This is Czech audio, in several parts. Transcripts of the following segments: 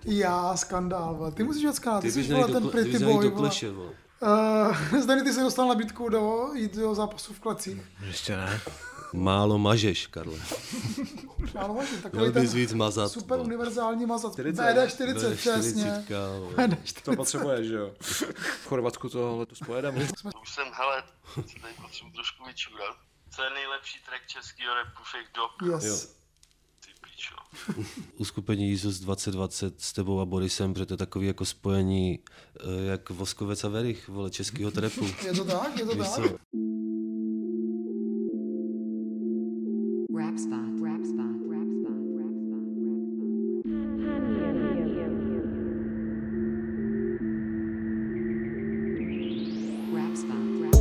Já, skandál, ty musíš dělat skandál, ty jsi ten pretty ty boy, do kleše, vole. Zdany, ty jsi dostal nabídku jít do zápasu v Klecích. Ještě ne. Málo mažeš, Karle. Málo možný, takový Měl bys ten víc mazat. super univerzální mazat. 40. VD40, přesně. To potřebuješ, že jo. V Chorvatsku to letos pojedeme. Už jsem, hele, se tady potřebuji trošku vyčurat. Co je nejlepší track českýho rapu Fake Dog? Yes. Ty pičo. Uskupení Jesus 2020 s tebou a Borisem, protože to je takový jako spojení jak Voskovec a Verich, vole, českýho trapu. Je to tak, je to Víš tak. co? Rap spot, rap spot, rap spot, rap spot, rap spot. Rap spot, rap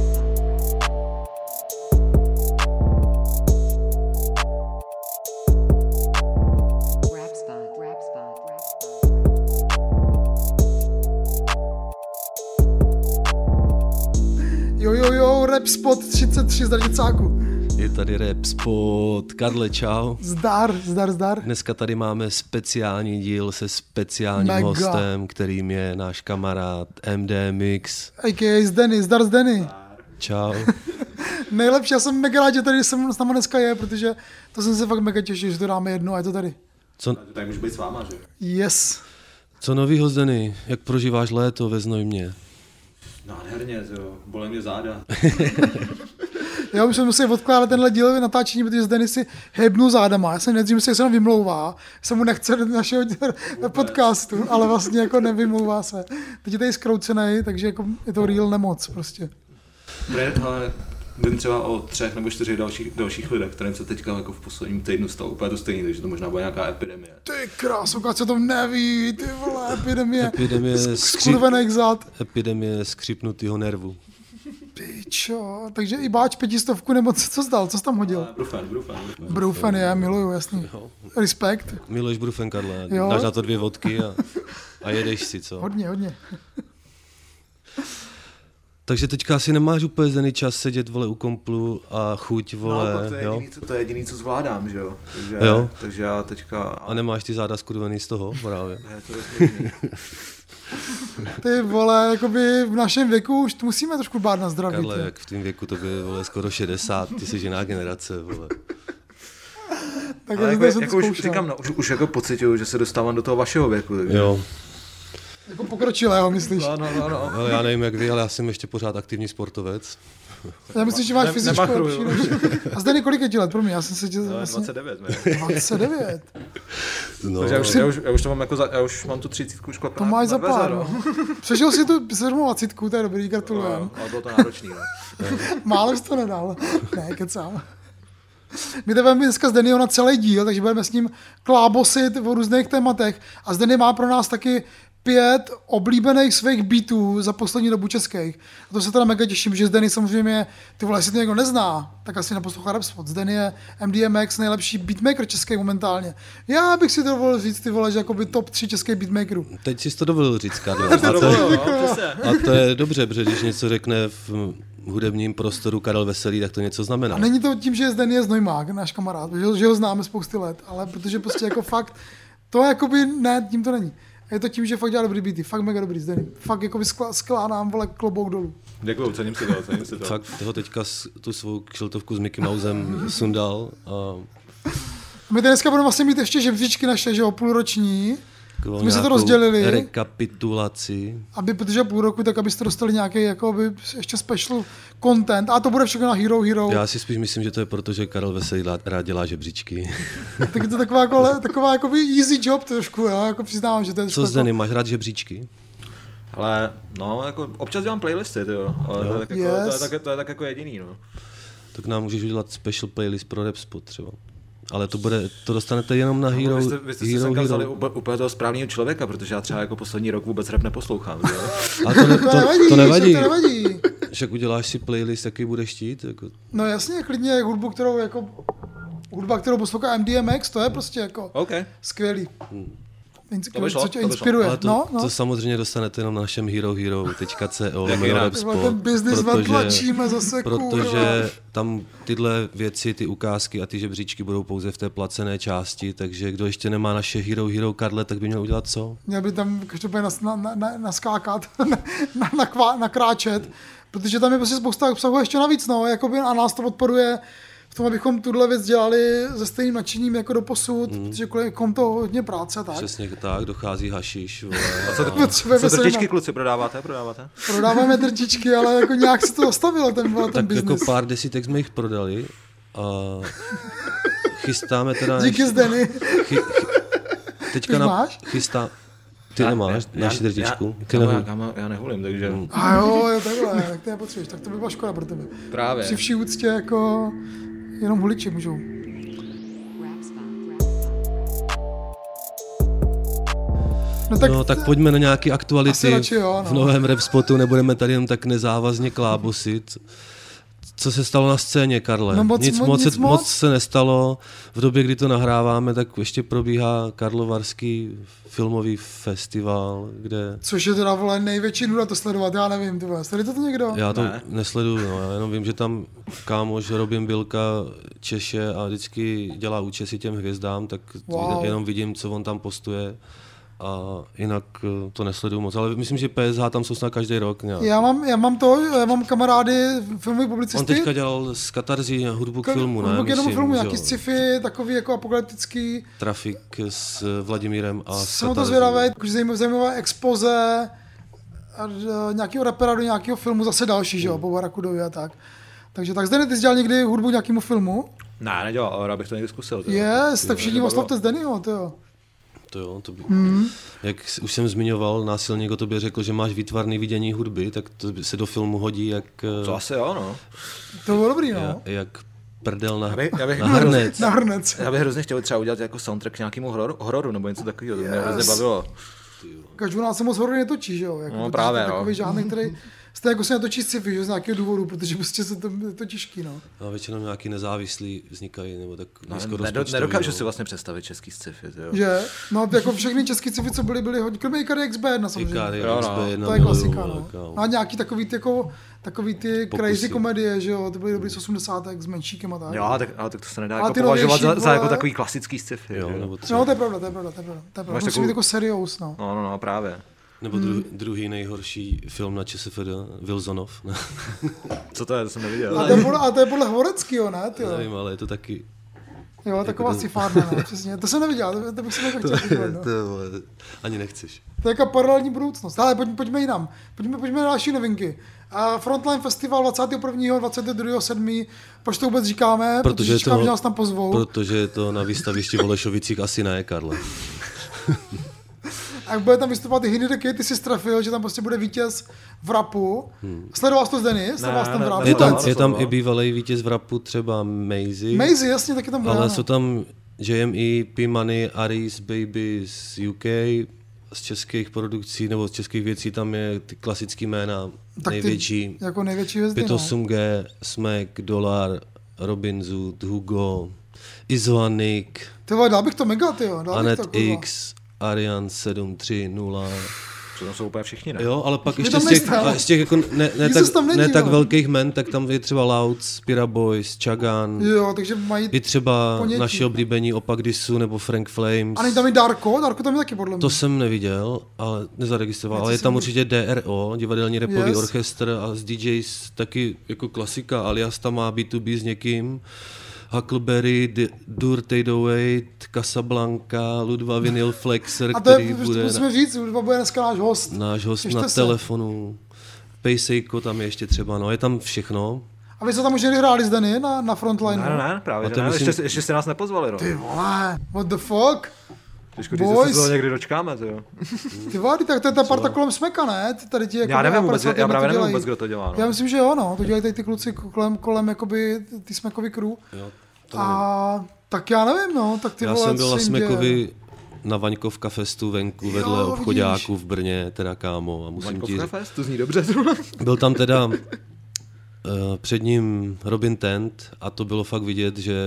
spot. Rap spot, rap spot, rap spot. Jo, Rap Spot 33 z Radicáku. Je tady Rap Spot. Karle, čau. Zdar. Dneska tady máme speciální díl se speciálním Mega. hostem, kterým je náš kamarád MD Mix. A.k.a. Zdar Zdeny. Čau. Nejlepší, já jsem mega rád, že tady jsem s náma dneska je, protože to jsem se fakt mega těšil, že to dáme jedno a je to tady. Tak můžu být s váma, že? Yes. Co novýho, Zdeny? Jak prožíváš léto ve Znojmě? Nádherně, jo. Bolej mě záda. Já už jsem musel odkládat tenhle díl natáčení, protože Zdeny si hebnul zádama. Já jsem nejdřív myslel, že se nám vymlouvá, se mu nechce do našeho podcastu, ale vlastně jako nevymlouvá se. Teď je tady zkroucený, takže jako je to real nemoc prostě. Ale vím třeba o 3 nebo 4 dalších lidech, kterým se teďka jako v posledním týdnu stalo úplně to stejný, takže to možná byla nějaká epidemie. Ty krásu, co to neví, ty vole, epidemie Skurvených zad. Epidemie skřipnutýho nervu. Pičo, takže i báč 500 nebo co zdal, co jsi tam hodil? Brufen, já miluju, jasný. Respekt. Miluješ Brufen, Karle, Jo. dáš na to 2 vodky a jedeš si, co? Hodně. Takže teďka asi nemáš úplně zený čas sedět, vole, u komplu a chuť, vole, No, jo? to je jediný, co zvládám, že jo. Takže já teďka... A nemáš ty záda skurvený z toho právě? Ne, to je rozhodně. Ty vole, jakoby v našem věku už musíme trošku bát na zdraví. Karle, ty. jak v tvém věku to by, vole, skoro 60, ty jsi jiná generace, vole. Tak Ale já jsem jako to už zkoušel. říkám, no, už jako pocituju, že se dostávám do toho vašeho věku. Takže... Jo, Jako pokročilého, myslíš? No. ale já nevím jak vy, ale já jsem ještě pořád aktivní sportovec. Já myslím, že máš fyzičku nemachruju. lepší než... A zde kolik je ti let? Pro mě, já jsem se tě... No, Vlastně... 29, ne? 29. No, Takže já už to mám jako já už mám tu 30 už To máš za pár, no. Přežil si tu 27, to je dobrý, gratulujem. Ale bylo to náročný, no. Málo jsi to nedal. Ne, kecám. My tebe dneska s Dennyho na celý díl, takže budeme s ním klábosit o různých tématech. A Denny má pro nás taky 5 oblíbených svých beatů za poslední dobu českých. A to se teda mega těším, že Denny samozřejmě, ty vole, jestli to někdo nezná, tak asi neposlouchá Rap Spot. Denny je MDMX, nejlepší beatmaker český momentálně. Já bych si dovolil říct, ty vole, že jakoby top 3 českých beatmakerů. teď jsi to dovolil říct, Karle. A to je dobře, protože když něco řekne v hudebním prostoru Karel Veselý, tak to něco znamená. A není to tím, že Denny je Znojmák, náš kamarád, že ho známe spousty let, ale protože prostě jako fakt, to jakoby, ne, tím to není. Je to tím, že fakt dělá dobrý beaty, fakt mega dobrý Denny. Fakt jakoby skládám, vole, klobouk dolů. Děkuju, cením si to. Fakt toho teďka tu svou kšiltovku s Mickey Mousem sundal a My dneska budeme vlastně mít ještě žebříčky naše, že jo, půlroční, takovou jsme se to nějakou rozdělili. rekapitulaci. aby, protože půl roku, tak abyste dostali nějaký jakoby ještě special content. A to bude všechno na Hero. Já si spíš myslím, že to je proto, že Karel Veselý rád dělá žebříčky. Tak je to taková jakoby easy job trošku, jo, jako přiznávám, že to je Co Zdeny, máš rád žebříčky? Ale no, jako občas dělám playlisty, jo. Ale to je, tak jako, Yes. to je tak jako jediný, no. Tak nám můžeš udělat special playlist pro Rap Spot třeba. Ale to dostanete jenom na Hero. Vy jste si sem vzali úplně toho správného člověka, protože já třeba jako poslední rok vůbec rap neposlouchám. Že? A to nevadí. To nevadí. Však uděláš si playlist, jaký budeš chtít. Jako. No jasně, klidně hudba, kterou poslouchá MDMX, to je prostě jako OK. skvělý. co tě inspiruje. Ale to samozřejmě dostanete jenom na našem herohero.co Ten business tlačíme zase, protože tam tyhle věci, ty ukázky a ty žebříčky budou pouze v té placené části, takže kdo ještě nemá naše Hero Karle, tak by měl udělat co? Měl by tam každopádně naskákat, nakráčet, protože tam je prostě spousta obsahu ještě navíc, no, jakoby, a nás to podporuje v tom, abychom tuhle věc dělali se stejným nadšením jako doposud, protože kolem to hodně práce, tak. Přesně tak, dochází hašiš. Co drtičky, kluci, prodáváte? Prodáváme drtičky, ale jako nějak se to zastavilo, ten tak business. Tak jako pár desítek jsme jich prodali a chystáme teda... Díky Zdeny. Teďka Ty nemáš naši drtičku? Já nehulím, takže... A jo, takhle, tak ty nepotřebuješ, tak to by byla škoda pro tebe. Právě. Při vší úctě jako jenom huliči můžou. No tak pojďme na nějaké aktuality radši jo, no. V novém rap spotu, nebudeme tady jen tak nezávazně klábosit. Co se stalo na scéně, Karle? No Moc se nestalo. V době, kdy to nahráváme, tak ještě probíhá Karlovarský filmový festival, kde... Což je teda, vole, největší nuda to sledovat, já nevím, ty vole, sledujete to někdo? Já to nesleduju, no, já jenom vím, že tam kámoš Robin Bilka češe a vždycky dělá účesy těm hvězdám, tak jenom vidím, co on tam postuje. A jinak to nesleduju moc, ale myslím, že PSH tam jsou snad každý rok. Nějak. Já mám kamarády, filmový publicisty. On teďka dělal z Katarzí hudbu k filmu, ne? Hudbu k jednomu filmu, nějaký sci-fi, takový jako apokalyptický. Trafik s Vladimírem a s Jsem to zvědavý, zajímavé expoze nějakého rapera do nějakého filmu, zase další, že jo, po Barakudovi a tak. Takže tak Zdeny, ty jsi dělal někdy hudbu nějakému filmu? Ne, nedělal, ale abych to někdy zkusil. Tak všichni oslavte Zdenyho, to jo. To by, jak už jsem zmiňoval, násilník o tobě řekl, že máš výtvarný vidění hudby, tak to se do filmu hodí jak... To asi jo, no. To bylo dobrý, no. Jak prdel na hrnec. Na hrnec. Já bych hrozně chtěl třeba udělat jako soundtrack k nějakému hororu nebo něco takového, to mě hrozně bavilo. Každou nás se moc horory netočí, že jo? Jako, no právě, jo. Takový žádný, který... Stejně jako se netočí sci-fi, že z nějakého důvodu, protože prostě se to těžký, no. A většinou nějaký nezávislí vznikají, nebo tak nedokážu si vlastně představit český sci-fi, jo. Že? No jako všechny český sci-fi, co byly hodně, kromě Ikary XB1 samozřejmě. Ikary XB1 to je klasika, no. A nějaký takový ty crazy komedie, že jo, to byly dobrý z 80. s Menšíkem a tak. Jo, ale tak to se nedá jako považovat za jako takový klasický sci-fi, jo. No, to je pravda. Musí být jako serious, no. No, právě. Nebo druhý nejhorší film na ČSFD, Wilsonov. Co to je, to jsem neviděl. A to je podle Horeckýho, ne? Tyjo. Nevím, ale je to taky... Jo, taková sci-fárna, no, přesně. To jsem neviděl, to bych si nechtěl podívat, no. Ani nechceš. To je jako paralelní budoucnost. Ale pojďme jinam. Pojďme na další novinky. Frontline Festival 21. 22. 7. Proč to vůbec říkáme? Protože říkám, že nás tam pozvou. Protože je to na výstavišti v Olešovicích asi ne, Karle. A bude tam vystupovat i Hinny the Kid, ty jsi strefil, že tam prostě bude vítěz v rapu. Sledoval jsi to, Zdeny? Sledoval jsi tam v rapu? Je tam i bývalý vítěz v rapu, třeba Maisie. Maisie, jasně, taky tam bude. Ale jsou tam JME, P-Money, Aris, Baby z UK, z českých produkcí, nebo z českých věcí tam je ty klasický jména, tak největší. Jako největší hvězdy, 58G, Smack, Dollar, Robin Zoot, Hugo, Izoanik, dal bych to mega, tyjo. Anet X, Arian 730. To jsou úplně všichni, ne? Jo, ale pak ještě z těch jako ne tak velkých men, tak tam je třeba Louds, Spira Boys, Chagan. Jo, takže mají i třeba naši oblíbení Opak Disu nebo Frank Flames. A není tam i Darko tam je taky podle mě. To jsem neviděl, ale nezaregistroval, ale je tam určitě DRO, divadelní rapový orchestr a z DJs taky jako klasika, alias tam má B2B s někým. Huckleberry, Dirt 808, Casablanca, Ludva Vinyl Flexer, který bude... musíme říct, Ludva bude dneska náš host. Náš host na telefonu. Paysejko tam je ještě třeba, no je tam všechno. A vy jste tam už někdy hráli Zdeny na Frontline? Ne, právě, ne. Ještě jste nás nepozvali, no. Ty vole, what the fuck? Těžko říct, že se to někdy dočkáme, ty jo. Ty vole, tak to je ta parta kolem Smeka, ne? Tady ti jako já právě nevím vůbec, kdo to dělá. No. Já myslím, že jo, no. To dělají tady ty kluci kolem jakoby ty Smekový crew. Jo, a tak já nevím, no. Tak ty já vole, jsem byl na Smekovi na Vaňkovka festu venku vedle obchodáků v Brně, teda kámo. A musím Vaňkovka fest, to zní dobře. Byl tam teda před ním Robin Tent a to bylo fakt vidět, že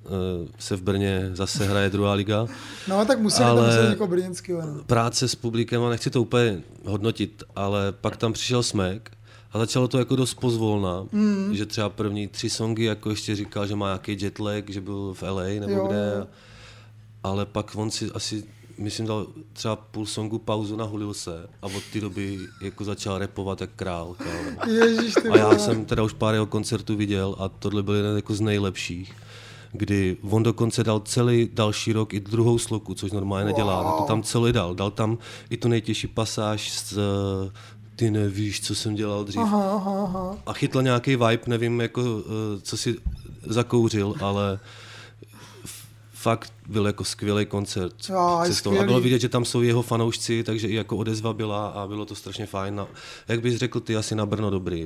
se v Brně zase hraje druhá liga. No tak musí tam musí někoho brněnského. No. Práce s publikem, a nechci to úplně hodnotit, ale pak tam přišel Smek a začalo to jako dost pozvolna, že třeba první 3 songy jako ještě říkal, že má nějaký jetlag, že byl v LA nebo kde, ale pak on si asi, myslím, dal třeba půl songu pauzu, nahulil se a od té doby jako začal rapovat jak král. Ježiš, a já jsem teda už pár jeho koncertů viděl a tohle byl jeden jako z nejlepších, kdy on dokonce dal celý další rok i druhou sloku, což normálně nedělá, to tam celý dal tam i tu nejtěžší pasáž z Ty nevíš, co jsem dělal dřív. Aha. A chytl nějaký vibe, nevím, jako, co si zakouřil, ale fakt byl jako skvělý koncert. A bylo vidět, že tam jsou jeho fanoušci, takže i jako odezva byla a bylo to strašně fajn. A jak bys řekl ty, asi na Brno dobrý.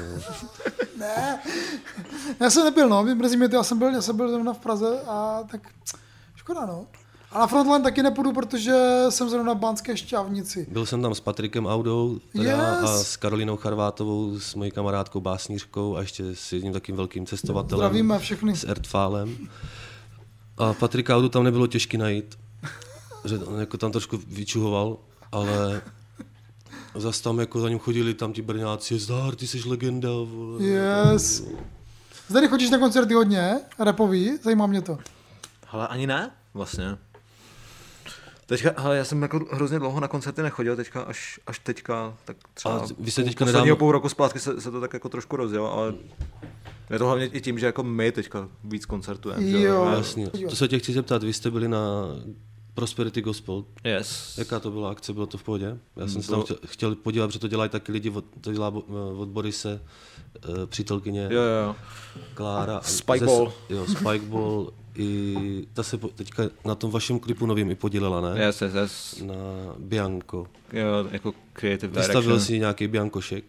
Ne, já jsem nebyl, no, mrzí mě to, já jsem byl zrovna v Praze a tak škoda, no. A na Frontline taky nepůjdu, protože jsem zrovna v Banské Štiavnici. Byl jsem tam s Patrikem Audou a s Karolínou Charvátovou, s mojí kamarádkou básnířkou a ještě s jedním takým velkým cestovatelem. Zdravíme všechny. S Erdfálem. A Patrika Audu tam nebylo těžky najít, že on jako tam trošku vyčuhoval, ale zas tam jako za ním chodili tam ti Brňáci, Zdar, ty jsi legenda. Vole. Yes. Zde chodíš na koncerty hodně, rapový, zajímá mě to. Hele, ani ne, vlastně. Teďka, hele, já jsem jako hrozně dlouho na koncerty nechodil, teďka až teďka, tak třeba posledního půl roku zpátky se to tak jako trošku rozjelo, ale je to hlavně i tím, že jako my teďka víc koncertujeme. Jo, jasně. To se tě chci zeptat, vy jste byli na Prosperity Gospel. Yes. Jaká to byla akce, bylo to v pohodě? Já jsem se tam chtěl podívat, protože to dělají taky lidi, to dělá od Borise, přítelkyně jo. Klára. Spikeball. Jo, Spikeball. I ta se teďka na tom vašem klipu novým i podílela, ne? Yes. Na Bianco. Jo, jako creative direction. Vystavil si nějaký Biankošek.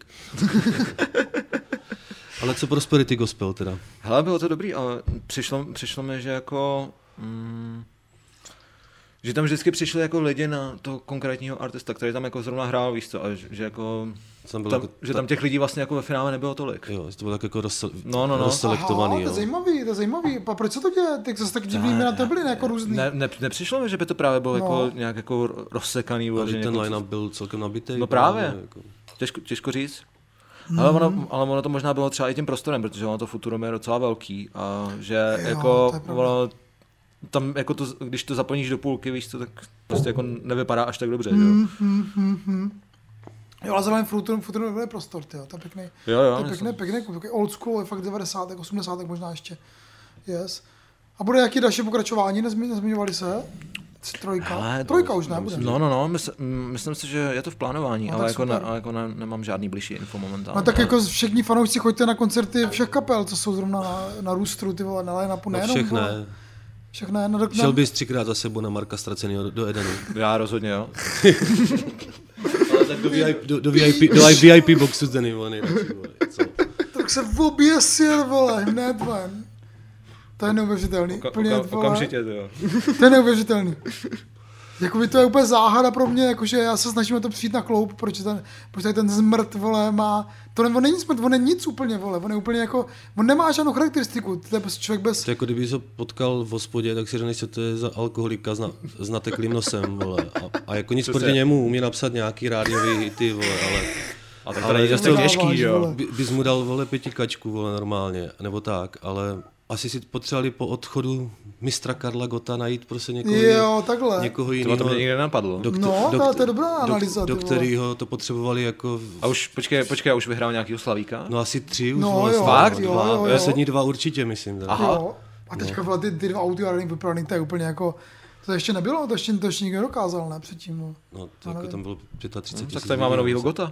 Ale co Prosperity Gospel teda? Hele, bylo to dobrý, ale přišlo mi, že jako... že tam vždycky přišli jako lidi na toho konkrétního artista, který tam jako zrovna hrál, víš co, a že jako... že tam těch lidí vlastně jako ve finále nebylo tolik. Jo, to bylo tak jako rozselektovaný. Aha, to je zajímavý. A proč se to děje? Tak zase tak divný na to byly jako různý. Nepřišlo mi, že by to právě bylo jako nějak jako rozsekaný. Ale ten line-up byl celkem nabitý. No právě. Jako... Těžko říct. Ale ono to možná bylo třeba i tím prostorem, protože ono to Futurum je docela velký a že jako tam jako to, když to zaplníš do půlky, víš co, tak prostě jako nevypadá až tak dobře, jo. Jo, ale zároveň Futurum je prostor, tyjo, to je pěkný. Jo, to je pěkný, old school, je fakt 90, 80 možná ještě. Yes. A bude nějaký další pokračování, nezmiňovali se? Trojka už nebude. No, myslím si, že je to v plánování, ale jako nemám žádný bližší info momentálně. No tak jako všichni fanoušci choďte na koncerty všech kapel, co jsou zrovna na růstru, ty vole, na line-upu, nejenom. Všechny. Šel bys 3krát za sebou na Marka Ztracenýho do Edenu. Já rozhodně, jo. Ale tak do VIP boxu Zdeny, vole, nejradši, vole. Tak se oběsil, vole, hned ven. To je neuvěřitelný. Okamžitě, to jo. To je neuvěřitelný. Jakoby to je úplně záhada pro mě, jakože já se snažím to přijít na kloup, proč ten zmrt, vole, má... On není zmrt, on je nic úplně, vole, on je úplně jako... On nemá žádnou charakteristiku, to je člověk bez... To jako kdyby ho potkal v hospodě, tak si řekneš, že to je za alkoholika s nateklým nosem, vole. A jako nic proti němu, umí napsat nějaký rádiový hity, vole, ale je to těžký, jo. Bys mu dal, vole, 5 kačku, vole, normálně, nebo tak, ale... Asi si potřebovali po odchodu mistra Karla Gotta najít prostě někoho jiného. To mě nikdy nenapadlo. To je dobrá analýza. Do kterého to potřebovali jako... A už, počkej, už vyhrál nějakýho Slavíka? No asi 3 už. Fakt? Poslední 2 určitě, myslím. Aha. Jo. A teďka byla ty 2 audio vypravený, to je úplně jako... To ještě nebylo, to ještě nikdo dokázal, ne, předtím. No, to jako tam bylo 35 000. Tak tady máme novýho Gotta.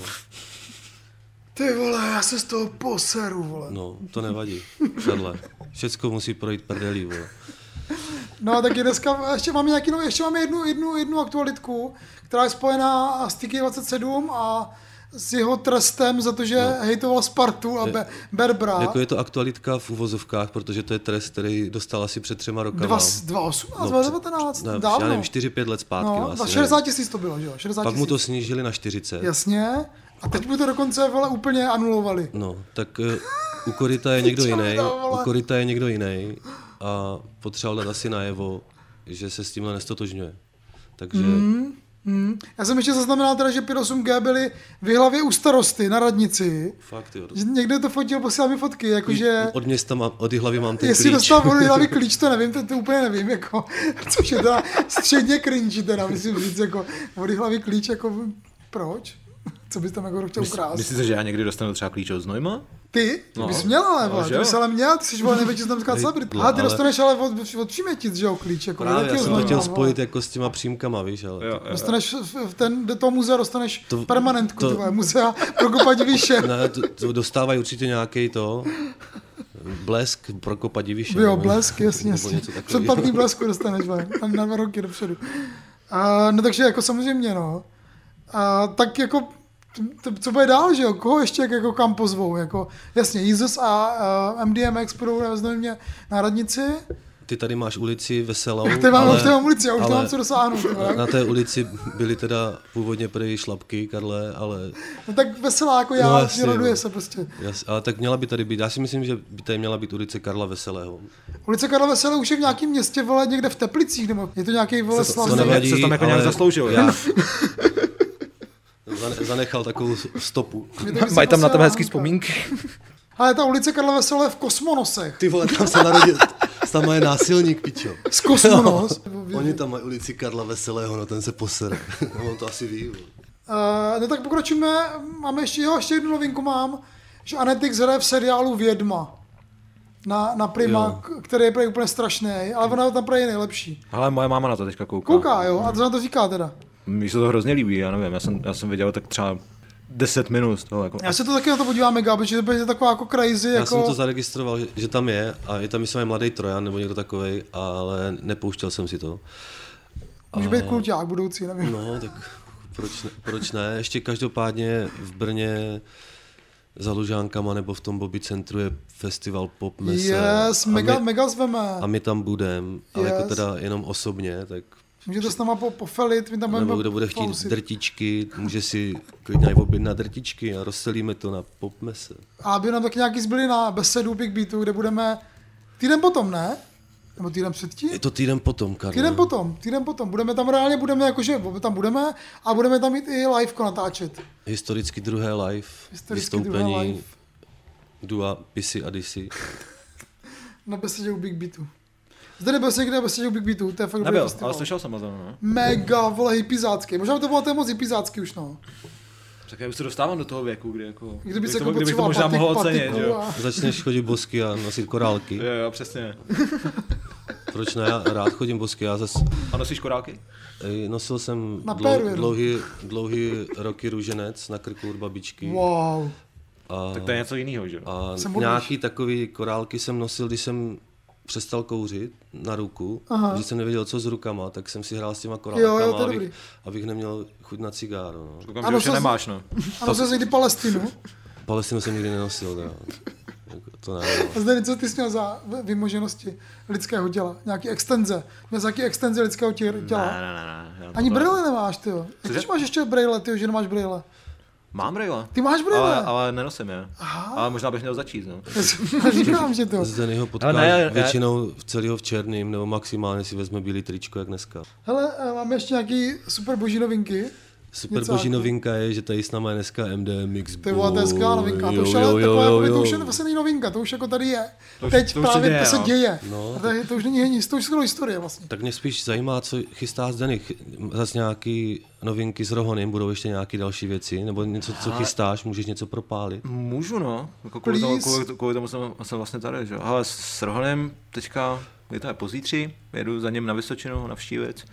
Ty vole, já se z toho poseru, vole. No, to nevadí. Šadle. Všecko musí projít prdelí, vole. No, taky dneska ještě máme jednu aktualitku, která je spojená s TK27 a s jeho trestem za to, že hejtoval Spartu a Berbra. Jako je to aktualitka v uvozovkách, protože to je trest, který dostal asi před 3 rokama. 2018, 2019, dávno. Já nevím, 4-5 let zpátky. No, 60 000 to bylo, že jo? 60 000. Pak mu to snížili na 40. Jasně. A teď mu to dokonce, vole, úplně anulovali. No, tak u Koryta je někdo jiný. a potřeboval dát asi najevo, že se s tímhle nestotožňuje. Takže... Já jsem ještě zaznamenal teda, že 5.8G byli v Jihlavě u starosty na radnici. Fakt, jo. Že někde to fotil, posílal mi fotky, jakože... Od města od Jihlavy mám ten jestli klíč. Jestli dostal od Jihlavy klíč, to nevím, to úplně nevím, jako, což je teda středně cringe, teda, myslím říct, jako, od Jihlavy klíč, jako, proč? Co bys tam jako chtěl ukrást? Myslíte, že já někdy dostanu třeba klíč od Znojma? Ty? No. Bys měl ale, no, ty bys ale měl, ty jsi největší znamská celebrit. A ty dostaneš ale od Přímětic, že jo, klíč. Jako právě, já jsem to chtěl spojit jako s těma přímkama, víš, ale... Jo. Dostaneš do toho muzea dostaneš permanentku, tvoje muzea Prokopa Divíše. Ne, to dostávají určitě nějaký to... Blesk Prokopa Divíše. Jo, blesk, jasně. Předplatný blesku dostaneš, na 2 roky dopředu. No takže jako samozřejmě, no. Tak jako... Co bude dál, že jo? Koho ještě jako kam pozvou? Jako, jasně, Jesus a MDMX budou mě na radnici. Ty tady máš ulici Veselou. Já mám ulici, já už nemám co dosáhnout. Na té ulici byly teda původně prý šlapky, Karle, ale... No tak Veselá jako já, no, raduje se prostě. Ale tak měla by tady být, já si myslím, že by tady měla být ulice Karla Veselého. Ulice Karla Veselého už je v nějakém městě, vole, někde v Teplicích, nebo je to nějaký, vole, slavný. To nevadí, se tam jako nějak zasloužil. Zanechal takovou stopu. Mají tam na tebe hezký vzpomínky. Ale ta ulice Karla Veselého je v Kosmonosech. Ty vole, tam se narodil, tam je násilník, pičo. Z Kosmonos. No, oni tam mají ulici Karla Veselého, no ten se posere. No, on to asi ví. No tak pokračujeme, máme ještě jednu novinku mám, že Anetix hraje v seriálu Vědma. Na Prima, který je úplně strašný, ale ona tam je nejlepší. Ale moje máma na to teďka kouká. Kouká, jo? A co na to říká teda? Mně se to hrozně líbí, já nevím, já jsem viděl tak třeba 10 minut toho. Jako. Já se to taky na to podívám mega, protože to je taková jako crazy. Já jako... jsem to zaregistroval, že tam je a je tam myslím mladý Trojan nebo někdo takovej, ale nepouštěl jsem si to. Může být kulťák budoucí, nevím. No, tak proč ne? Ještě každopádně v Brně za Lužánkama nebo v tom Bobby centru je festival Pop Mese. Yes, mega zveme. A my tam budeme, ale jako teda jenom osobně, tak... Můžete s náma pofelit, my tam budeme. Nebo kdo bude chtít drtičky, může si klidně objednat drtičky a rozselíme to na Pop Mese. A aby nám taky nějaký zbyli na besedu Big Beatu, kde budeme týden potom, ne? Nebo týden předtím? Je to týden potom, Karlo. Týden potom. Budeme tam jakože tam budeme a budeme tam mít i liveko natáčet. Historicky druhé live, vystoupení Dua, Pissy a Dissy. Na besedě u Big Beatu. Zde nebyl jsi někde na besedě u Big Beatu, to je fakt dobrý festival. Ale slyšel jsem o tom, no. Mega, vole, hippizácký. Možná to bylo moc hippizácký už, no. Tak já už se dostávám do toho věku, kdybych to možná mohl ocenit, jo. Začneš chodit bosky a nosit korálky. Jo, přesně. Proč ne? Já rád chodím bosky. A nosíš korálky? Nosil jsem dlouhý roky růženec na krku od babičky. Wow. Tak to je něco jiného, že? A nějaký takový korálky jsem nosil, když jsem přestal kouřit na ruku, že jsem nevěděl, co s rukama, tak jsem si hrál s těma korálkama, abych neměl chuť na cigáro. No. Ano, že nemáš, no. A nosil jsi někdy Palestinu? Palestinu jsem nikdy nenosil, teda. To ne. A zde co ty jsi měl za vymoženosti lidského těla? Nějaký extenze? Měl jsi nějaký extenze lidského těla? Ne. Ani brýle nemáš, tyjo. Když máš ještě brýle, tyjo, že nemáš brýle? Mám brýle. Ty máš brýle? Ale nenosím je. Aha. Ale možná bych měl začít, no. Říkám, že to. Zdenyho potkáš většinou celého v černým, nebo maximálně si vezme bílý tričko, jak dneska. Hele, máme ještě nějaký super boží novinky. Super boží novinka je, že tady s náma je dneska MDMX. To je skvělá novinka. To už vlastně není novinka, to už jako tady je. Teď právě to se děje. To už není nic, to už skoro historie vlastně. Tak mě spíš zajímá, co chystá Zdeny. Zase nějaký novinky s Rohonem, budou ještě nějaké další věci, nebo něco, co chystáš, můžeš něco propálit? Můžu, no. Jako kvůli tomu jsem vlastně tady, že? Ale s Rohonem teďka, je to pozítří, jedu za ním na Vysočinu navštívit.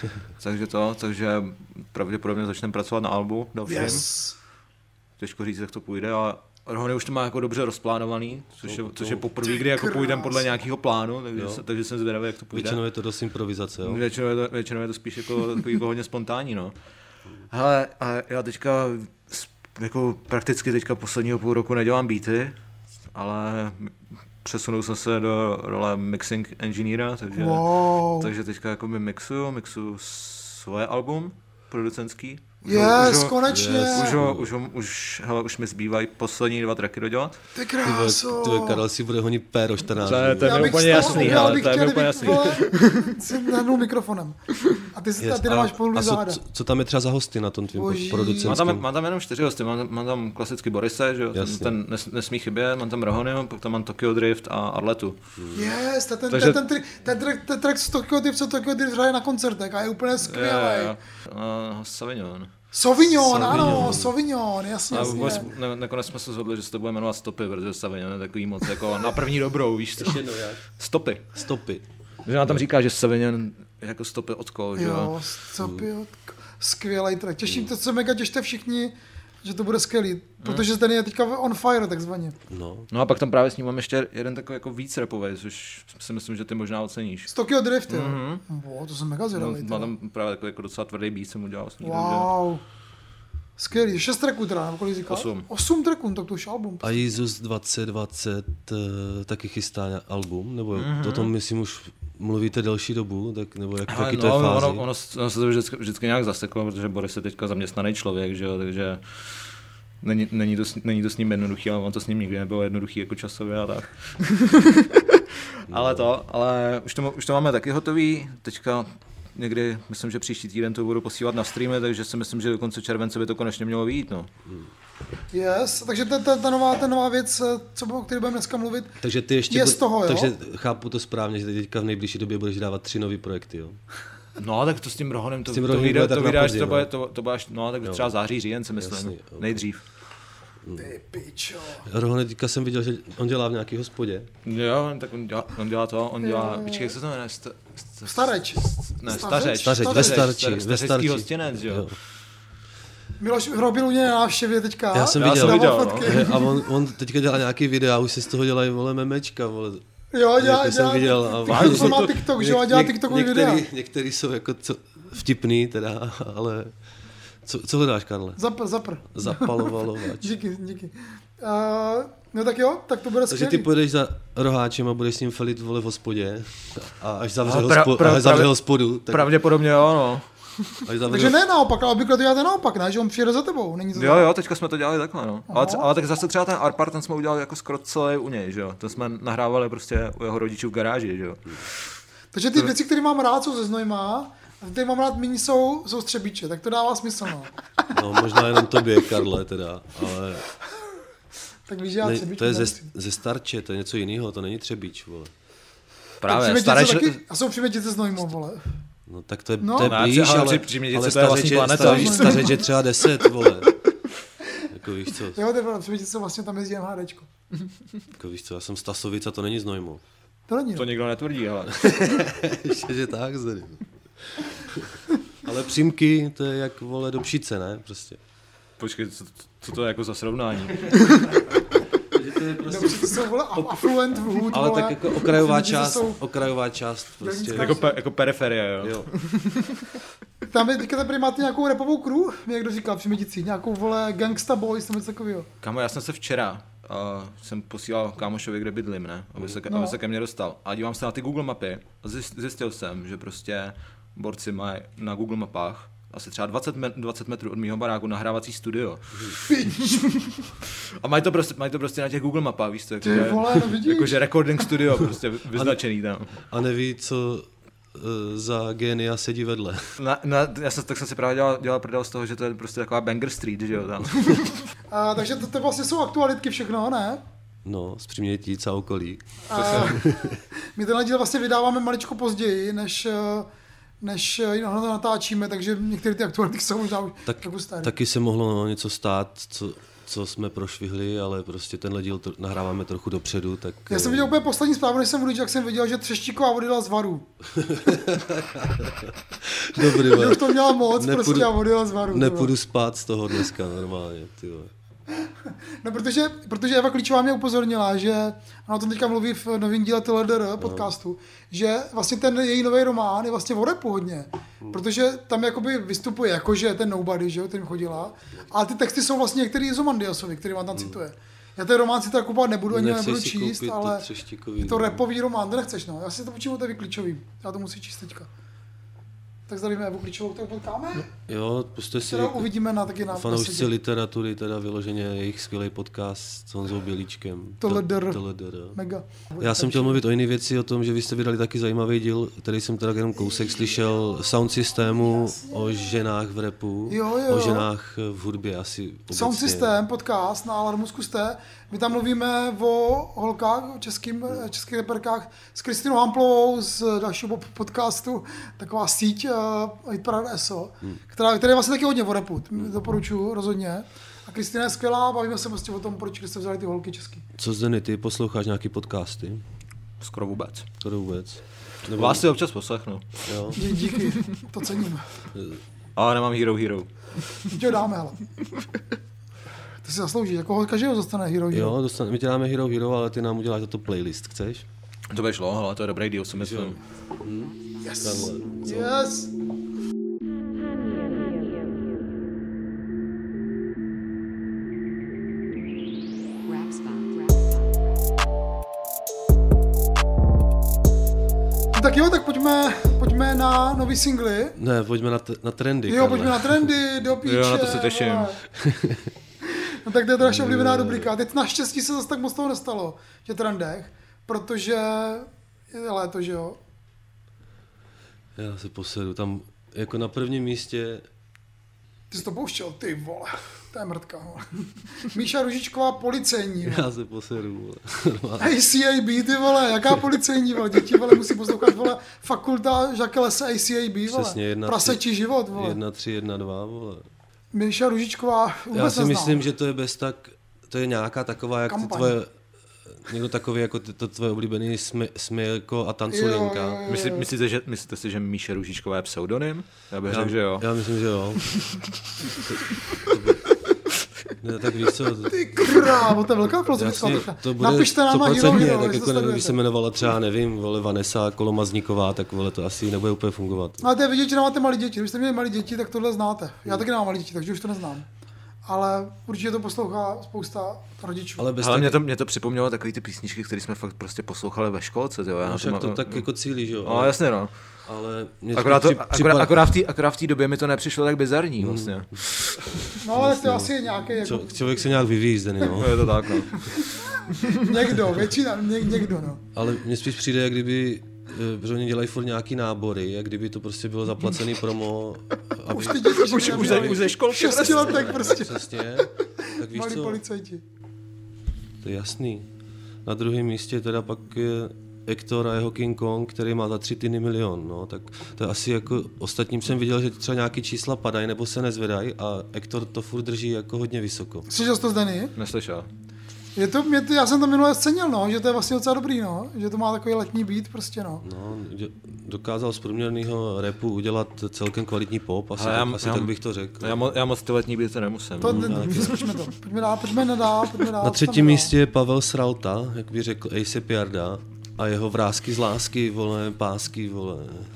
Takže pravděpodobně začneme pracovat na albu dalším. Yes. Těžko říct, jak to půjde, ale Rohony už to má jako dobře rozplánovaný, což je poprvé, kdy jako půjdeme podle nějakého plánu, takže jsem zvědavý, jak to půjde. Většinou je to dost improvizace, jo? Většinou je to spíš jako hodně spontánní, no. Hele, a já teďka jako prakticky teďka posledního půl roku nedělám beaty, ale přesunul jsem se do role mixing engineera, takže teďka jako mixuju svoje album producentský, Konečně. Už mi zbývají poslední 2 tracky dodělat. Ty kráso. Ty Karel si bude honit péro 14. To je mi úplně jasný, ale to je mi úplně jasný. Jsem nahnul mikrofonem. A ty nemáš pohodlí záda. Co tam je třeba za hosty na tom tvým producentském? Mám tam jenom 4 hosty. Mám tam klasicky Borise, že jo, ten nesmí chybět, mám tam Rohonyho, pak tam mám Tokyo Drift a Arletu. Ten track z Tokyo Drift, co Tokyo Drift hraje na koncertech a je úplně skvělý. Sauvignon, ano, Sauvignon, jasně. A vůbec nakonec jsme se shodli, že se to bude jmenovat Stopy, protože Sauvignon je takový moc jako na první dobrou, víš co? Stopy. Že nám tam říká, že Sauvignon je jako stopy od kol, že jo? Jo, stopy od kol. Skvělej track. Těším se mega těšte všichni, že to bude skvělý, protože ten je teďka on fire takzvaně. No a pak tam právě s ním mám ještě jeden takový jako víc rapovej, což si myslím, že ty možná oceníš. Z Tokyo Drift, jo? To jsem mega zvědavý. Má tam právě takový jako docela tvrdý beat, jsem udělal s ním. Wow. Skvělý, 6 tracků teda, nebo kolik říkal? 8 tracků, tak to už album. A Jesus 2020 taky chystá album, nebo o tom myslím už mluvíte delší dobu, tak nebo jaký to je fázi? Ono se to vždycky nějak zaseklo, protože Boris je teďka zaměstnaný člověk, že jo, takže není to s ním jednoduchý, ale on to s ním nikdy nebylo jednoduchý jako časově a tak. Ale už to máme taky hotový, teďka někdy, myslím, že příští týden to budu posílat na streamy, takže si myslím, že do konce července by to konečně mělo vyjít, no. Yes, takže ta nová věc, o které budeme dneska mluvit, takže ty ještě je z toho, jo? Takže chápu to správně, že teďka v nejbližší době budeš dávat 3 nový projekty, jo? No, tak to s tím Rohonem, to bude tak třeba září, říjen, si myslím, jasný, nejdřív. Ty pičo. Rohony, teďka jsem viděl, že on dělá v nějaký hospodě. Jo, tak on dělá, počkej, jak se to jmenuje? Stařeč. Ve Starči. Hostinec, jo. Miloš Hrobil u něj na návštěvě teďka. Já jsem viděl. No. A on teďka dělá nějaký videa, už se z toho dělají, memečka, vole. Jo, dělá. To má TikTok, že jo, a dělá TikTokový videa. Některý jsou jako vtipný teda, ale... Co hledáš, Karle? Zapr. Zapalovalovač. Díky. No tak jo, tak to bude skvělý. Takže ty půjdeš za roháčem a budeš s ním felit, vole, v hospodě a až zavře hospodu. Tak... Pravděpodobně jo, no. Takže ne naopak, ale obvykle to děláte naopak, ne? Že on přijede za tebou, není to Jo, teďka jsme to dělali takhle, no. Ale tak zase třeba ten Arpart, ten jsme udělali jako skoro celý u něj, že jo. To jsme nahrávali prostě u jeho rodičů v garáži, že jo. Takže ty věci, které mám rád, jsou ze Znojma, a ty mám rád méně jsou Střebíče, tak to dává smysl, no. No, možná jenom tobě, Karle, teda, ale... Tak víš, já Třebíč... To je ze Starče, to je něco jiného, to není Třebíč, vole. Právě, a jsou Přímětice ze Znojma, vole. No, tak to je blíž, ale Stařeč je třeba 10, vole. Jako víš co? Jo, ty vole, Přímětice vlastně tam jezdí MHDčko. Jako víš co, já jsem Stasovic a to není Znojmo. To není. To nikdo netvrdí, ale. Ještě, že tak, zde. Ale Přímky, to je jak, vole, do Pšice, ne? Prostě. Počkej, co to je jako za srovnání? To je prostě... To jsou, vole, affluent hood, ale tak jako okrajová část prostě. Jako periferie, jo. Tam je teďka máte nějakou rapovou crew, mi někdo říkal v Příměticích, nějakou, vole, Gangsta Boys, nebo něco takového. Kámo, já jsem se včera jsem posílal kámošovi, kde bydlím, ne? Aby se ke mně dostal. A dívám se na ty Google mapy a zjistil jsem, že prostě borci mají na Google mapách asi třeba 20 metrů od mýho baráku nahrávací studio. A mají to prostě na těch Google mapách, víš co? Jakože recording studio prostě vyznačený tam. A neví, co za génia sedí vedle. Tak jsem si právě dělal prdel z toho, že to je prostě taková banger street, že jo tam. Takže to vlastně jsou aktualitky všechno, ne? No, z Přímětic a okolí. My tenhle díl vlastně vydáváme maličko později, než to natáčíme, takže některé ty aktualitky jsou možná už staré. Taky se mohlo něco stát, co jsme prošvihli, ale prostě tenhle díl nahráváme trochu dopředu, tak... Já jsem viděl úplně poslední zprávu, než jsem jak jsem viděl, že Třeštíková odjela z Varu. Dobrý, už to měla moc, prostě a odjela z Varu. Nepůjdu spát z toho dneska normálně, ty vole. No, protože Eva Klíčová mě upozornila, že ona o tom teďka mluví v novém díle TLDR podcastu, že vlastně ten její nový román je vlastně o rapu hodně, protože tam jakoby vystupuje jako, že ten Nobody, že jo, kterým chodila, ale ty texty jsou vlastně některý Zomandiasovi, který vám tam cituje. Já ten román si teda kupovat nebudu, ani nebudu číst, ale je to rapový román, to nechceš, no, já si to počím o té Klíčový, já to musím číst teďka. tak zdravíme Evu Klíčovou, kterou potkáme. Jo, puste si uvidíme na taky na fanoušci literatury, teda vyloženě jejich skvělý podcast s Honzou Bělíčkem. TLDR. Mega. Já jsem chtěl mluvit o jiné věci, o tom, že vy jste vydali taky zajímavý díl, který jsem teda jenom kousek slyšel, sound systému o ženách v rapu, o ženách v hudbě asi obecně. Sound systém, podcast na Alarmu zkuste. My tam mluvíme o holkách, českých reperkách s Kristinou Hamplovou z dalšího podcastu, taková síť Hitparada SO, která je vlastně taky hodně o rapu, doporučuji rozhodně. A Kristina je skvělá, bavíme se prostě o tom, proč jste vzali ty holky český. Co Zdeny, ty posloucháš nějaký podcasty? Skoro vůbec. Nebo... Vás si občas poslechnu. Jo. Díky, to cením. Ale nemám Hero. Teď ho dáme, hele. To si zaslouží, jako každého dostane Hero. Jo, my tě dáme Hero, ale ty nám uděláš to playlist, chceš? To by šlo, ale to je dobrý deal, si myslím. Yes. Yes. Tak jo, tak pojďme na nový singly. Ne, pojďme na trendy. Jo, pojďme na trendy, do píče. Jo, na to se těším. No tak to je to naše oblíbená rubrika. Teď naštěstí se zase tak moc toho nestalo v těch trendech, protože je léto, že jo? Já se posedu tam jako na prvním místě. Ty jsi to pouštěl, ty vole. To je mrtka. Míša Ružičková, policejní. Já se posedu. ACAB, ty vole, jaká policejní, vole. Děti, vole, musí poslouchat, vole, fakulta Žakelese ACAB, vole. Přesně, Prasečí život, vole. 1-3, 1-2, vole. Míša Ružičková vůbec Já si neznám. myslím, že to je bez tak, to je nějaká taková, jak ty tvoje, někdo takový jako to tvoje oblíbený Smilko a Tanculinka. Myslíte si, že Míša Ružičková je pseudonym? Já bych řekl, že jo. Já myslím, že jo. Ne, tak víš co? Ty krávo, to je velká filozofická trocha. Napište nám na Hero, tak jako kdyby se jmenovala třeba, nevím, vole Vanessa Kolomazníková, tak vole to asi nebude úplně fungovat. Ale to je vidět, že nemáte malé děti. Když jste měli malé děti, tak tohle znáte. Já taky nemám malé děti, takže už to neznám. Ale určitě to poslouchá spousta rodičů. Ale mě to připomnělo takový ty písničky, které jsme fakt prostě poslouchali ve školce. Jo. No, však to tak jako cílí, že jo. No jasně, no. Ale akorát v té době mi to nepřišlo tak bizarní vlastně. No ale to asi je nějaký jako... Člověk se nějak vyvíjí zde, no. Je to tak, no. Někdo, no. Ale mně spíš přijde, jak kdyby protože oni dělají furt nějaký nábory, jak kdyby to prostě bylo zaplacený promo. Aby... Už ty děti, už ze školky. 6 letek prostě. Přesně. Tak víš malí co? policajti. To je jasný. Na druhém místě teda pak je Ektor a jeho King Kong, který má za 3 týdny milion. No, tak to je asi jako ostatním jsem viděl, že třeba nějaký čísla padají nebo se nezvedají a Ektor to furt drží jako hodně vysoko. Slyšel jsi to, Zdeny? Neslyšel. Já jsem to minule scenil, no, že to je vlastně docela dobrý, no, že to má takový letní beat prostě, no. No, dokázal z průměrného rapu udělat celkem kvalitní pop, asi tak bych to řekl. Já moc ty letní beaty nemusím. Vyzkoušme to, pojďme dál. Na třetím místě je Pavel Sralta, jak by řekl A$AP Jarda a jeho Vrásky z lásky, vole, pásky, vole.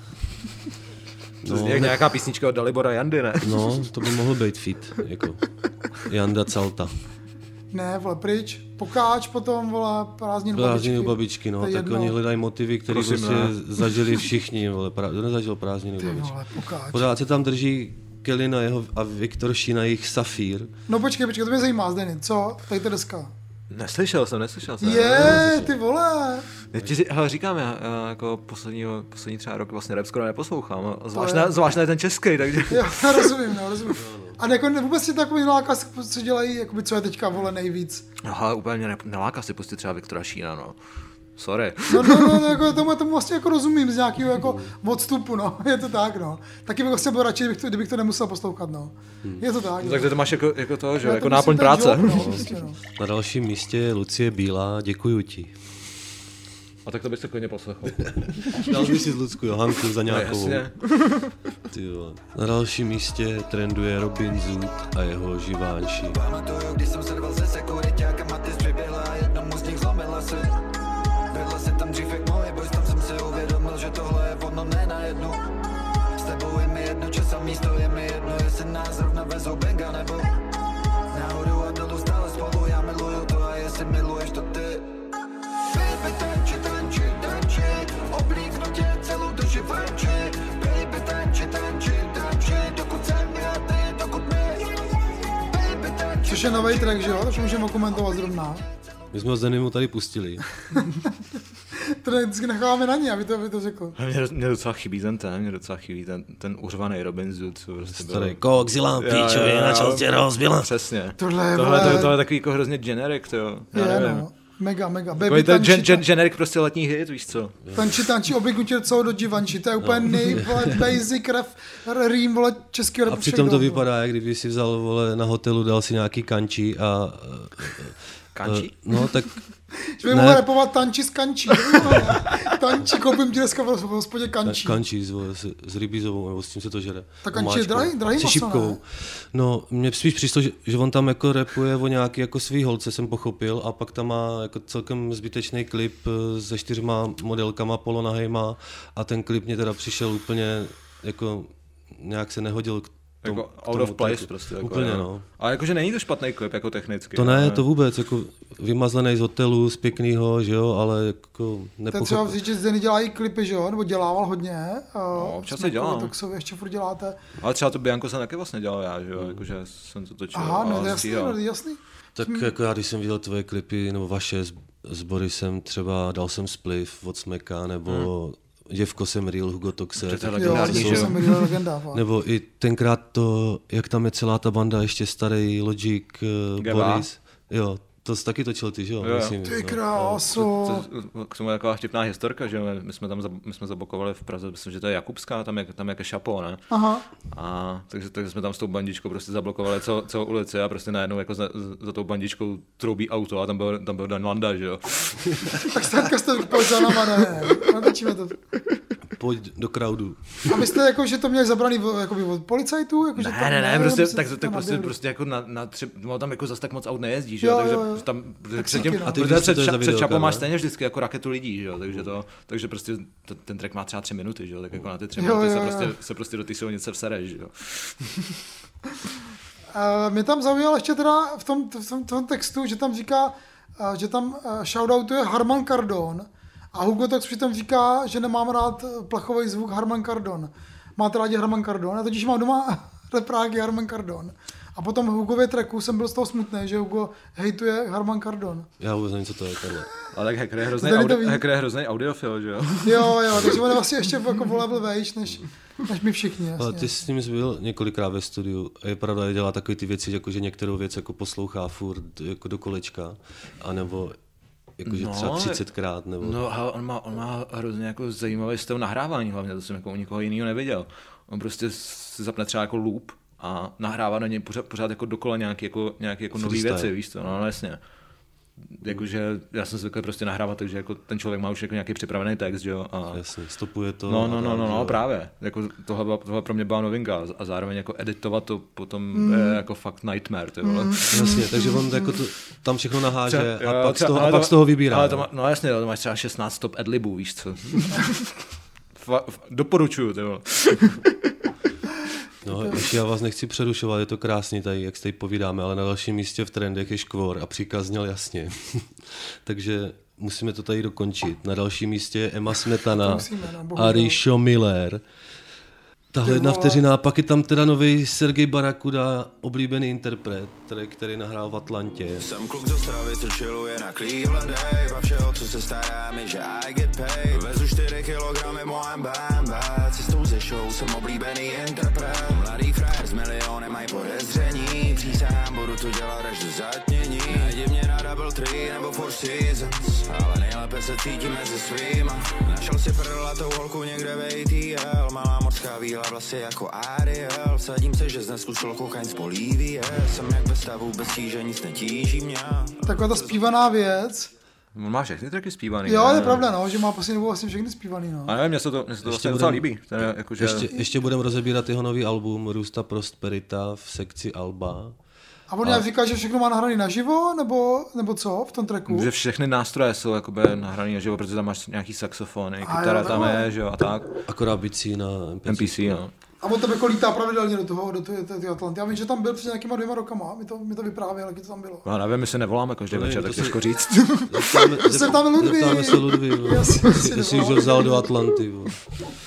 To je nějaká písnička od Dalibora Jandy, ne? No, to by mohl být feat, jako Janda Calta. Ne, vole, pryč, Pokáč potom, vole, prázdniny u babičky. No, tak oni hledají motivy, které prostě zažili všichni, vole, kdo nezažil prázdniny u babičky. Vole, Pokáč. Pořád se tam drží Kelly a Viktor Ší na jejich Safír. No počkej, to mě zajímá, Zdeny, co? Tady to deska. Neslyšel jsem. Ty vole. Hele, říkám, já jako poslední třeba rok vlastně rap skoro neposlouchám, zvláštně ten český, takže... Jo, rozumím. A jako vůbec si takový neláká, co dělají, jakoby, co je teďka, vole, nejvíc. Aha, úplně neláká si pustit třeba Viktora Šína, no. Sorry. No, jako tomu vlastně jako rozumím z nějakého jako odstupu, no. Je to tak, no. Taky bych vlastně byl radši, kdybych to nemusel poslouchat, no. Je to tak. No, takže to máš jako to, že jako náplň práce. Job, no, prostě, no. Na dalším místě je Lucie Bílá, děkuju ti. A tak to bych se klidně poslechl. Dal bych si z Lucku Johanku za nějakou. No, na dalším místě trenduje Robin Zoot a jeho Živánši. Pamatuju, když jsem se dval ze sekuriťákem a ty přiběhla a jednomu z nich zlomila se. Vedla se tam dřív jak moje boys, tam jsem si uvědomil, že tohle je ono ne na jednu. S tebou je mi jedno, čas a místo je mi jedno, jestli nás zrovna vezou benga nebo nahoru a dolů stále spolu, já miluju to a jestli miluješ to ty. Baby, tanči, oblíknu tě celou do živáči. Baby, tanči, Což je nový track, že jo? To můžeme komentovat zrovna. My jsme ho z Denimu tady pustili. To vždycky necháváme na ní, aby to řekl. Mě docela chybí ten uřvaný Robin Zoot, co prostě byl. Starý Coxilán, píčovi, na čas tě rozbila. Přesně. Tohle je takový jako hrozně generic, to jo. No. Mega. Baby generic prostě letní hit, víš co. Tančí obligutě celou do Givenchy, to je úplně basic rým, vole, českýho rapu. A přitom to vypadá, jak kdyby si vzal, vole, na hotelu, dal si nějaký kanči a... Kanči? No, tak... Že by mohl rapovat tanči s kančí. Tanči, koupím ti dneska v hospodě kančí. Kančí s rybízovou, nebo s tím se to žere. Tak kančí je drahý maso, ne? No, mně spíš přišlo, že on tam jako rapuje o nějaký jako svý holce, jsem pochopil, a pak tam má jako celkem zbytečný klip se 4 modelkama polonahejma a ten klip mě teda přišel úplně jako nějak se nehodil k tomu, jako out of place prostě. Jako, úplně, no. Ale jakože není to špatný klip jako technicky. To ne, to vůbec, jako vymazlený z hotelu, z pěknýho, že jo, ale jako nepochopil. To třeba říct, že Zdeny dělají klipy, že jo, nebo dělával hodně. No, občas se dělám. Tak se ještě furt děláte. Ale třeba to Bianco jsem taky vlastně dělal já, že jo, jakože jsem to točil. Aha, no jasný. Tak jako já, když jsem viděl tvoje klipy, nebo vaše s Borisem, třeba Dal jsem spliv od Smeka, nebo Děvko jsem real, Hugo Toxe. Nebo i tenkrát to, jak tam je celá ta banda, ještě starý Logic, Boris. Jo, to jsi taky točil ty, že jo? Myslím, ty kráso. K tomu je taková vtipná historka, že my jsme zablokovali v Praze, myslím, že to je Jakubská, tam je šapo, ne? Aha. A takže jsme tam s tou bandičkou prostě zablokovali celou ulici a prostě najednou jako za tou bandičkou troubí auto a tam byl Dan Landa, že jo? Tak státka jste pojď za náma, ne? Natočíme to. Pojď do crowdu. A vy jste jako, že to měli zabraný od policajtů? Jako, ne, prostě, tak prostě jako tam jako zase tak moc aut nejezdí, že jo? Takže tam před Čapou máš stejně vždycky jako raketu lidí, že jo? Takže prostě ten track má třeba 3 minuty, že jo? Tak jako na ty 3 minuty se prostě do té silnice vsereš, že jo? Mě tam zaujalo ještě teda v tom textu, že tam říká, že tam shoutoutuje Harman Kardon. A Hugo tak přitom říká, že nemám rád plechový zvuk Harman Kardon. Máte rádi Harman Kardon? Já totiž mám doma repráky Harman Kardon. A potom v Hugově tracku jsem byl z toho smutný, že Hugo hejtuje Harman Kardon. Já vůbec nevím, co to je tohle. Ale tak Hacker je hrozný audiofil, že jo? Jo, takže on je vlastně ještě jako o level vejš, než my všichni. Jasně. Ale ty jsi s ním byl několikrát ve studiu a je pravda, že dělá takové ty věci, jako že některou věc jako poslouchá furt jako do kolečka, anebo jakože třeba 30krát, nebo... No, on má hrozně jako zajímavý styl nahrávání, hlavně to jsem jako u nikoho jiného neviděl. On prostě si zapne třeba jako loop a nahrává na něj pořád jako dokola nějaký jako nový věci, víš co, no jasně. Jakože já jsem zvyklý prostě nahrávat, takže jako ten člověk má už jako nějaký připravený text, jo. A... Jasně, stopuje to. No, právě. Jako tohle pro mě byla novinka a zároveň jako editovat to potom je jako fakt nightmare, ty vole. Jasně, takže on jako to tam všechno naháže a pak z toho vybírá. Ale no jasně, to máš třeba 16 top adlibů, víš co. Doporučuju, ty vole. No, ještě já vás nechci přerušovat, je to krásný tady, jak se tady povídáme, ale na dalším místě v trendech je Škvor a příkaz zněl jasně. Takže musíme to tady dokončit. Na dalším místě je Emma Smetana a Rišo Miller. Tahle jedna vteřina, pak je tam teda nový Sergej Barakuda, oblíbený interpret, který nahrál v Atlantě. Jsem kluk z Ostravy, co chilluje na Cleveland, hej, a všeho, co se stará mi, že I get paid. Vezu 4 kilogramy, mojem bamba, cestou ze show, jsem oblíbený interpret. Mladý frajer s milionem mají podezření, přísahám, budu to dělat až do zatmění. Najdi mě na Double 3 nebo Four Seasons, ale nejlépe se cítím mezi svýma. Našel si prlatou holku někde v ATL, malá morská víla, vlasy jako Ariel. Vsadím se, že znesku šolku kaň z Bolívie. Jsem jak ve stavu, bez tíže, nic netíží mě. Taková ta zpívaná věc. On má všechny tracky zpívaný. Jo, je pravda, no, že má poslední dobu vlastně všechny zpívaný, no. A nevím, mně se to vlastně docela líbí. Ještě budeme rozebírat jeho nový album Růsta Prosperita v sekci Alba. A on nějak říká, že všechno má nahraný naživo, nebo co v tom tracku? Že všechny nástroje jsou jakoby nahraný naživo, protože tam máš nějaký saxofony, kytara tam je, že jo, a tak. Akorát bicí na MPC, no. A on tam jako lítá pravidelně do té Atlanty. Já vím, že tam byl před nějakýma 2 rokama, mi to vyprávěl, jak to tam bylo. No nevím, my se nevoláme každý večer, tak těžko říct. Zeptáme Ludvík. Zeptáme se Ludvík, jestli už ho vzal do Atlanty.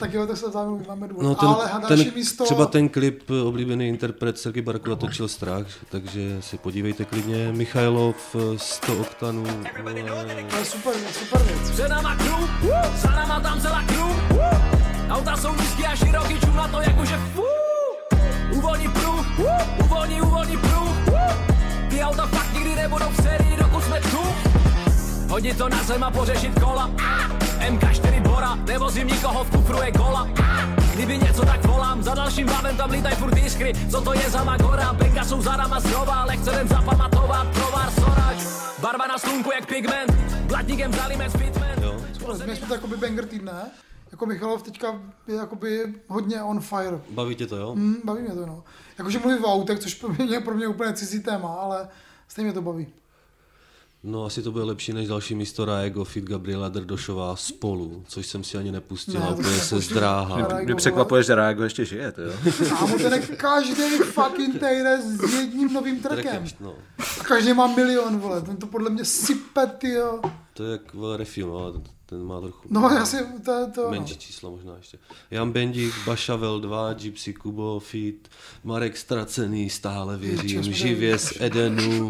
Tak jo, to se vzájemně máme důvod. No ale další místo... Třeba ten klip, oblíbený interpret Sergej Barkula točil Strach, takže si podívejte klidně. Michailov, 100 oktanů. To je super věc. Před náma kruh, za náma tam celá kruh. Auta jsou nízký a široký, čum na to jakože uvolní pruh, uvolní pruh. Ty auta fakt nikdy nebudou v sérii, dokud jsme tu. Hodit to na zem a pořešit kola. MK4 Bora, nevozím nikoho, v kufru je kola. Kdyby něco tak volám, za dalším bávem tam lítaj furt jiskry. Co to je za Magora, benga jsou za náma znova, ale chce jen zapamatovat tovar Sorač. Barva na slunku jak pigment, blatníkem zalíme Speedman. Měli jsme to jakoby banger týdne. Jako Michalov teďka je jakoby hodně on fire. Baví tě to, jo? Baví mě to, no. Jakože mluví o autech, což pro mě úplně cizí téma, ale stejně to baví. No asi to bude lepší než další místo Raego, Fit Gabriela Drdošová Spolu, což jsem si ani nepustil a úplně se zdráhá. Mě překvapuje, že Raego ještě žije, to jo. Kámo, ten je každý fucking týden s jedním novým trackem. No. A každý má 1 milion, vole, ten to podle mě sype, tyjo. To je jak Refil, no, ale ten má trochu... No, asi to menší čísla možná ještě. Jan Bendík, Bašavel 2, Gypsy Kubo, Fit, Marek Stracený, Stále věřím, Živě z Edenu.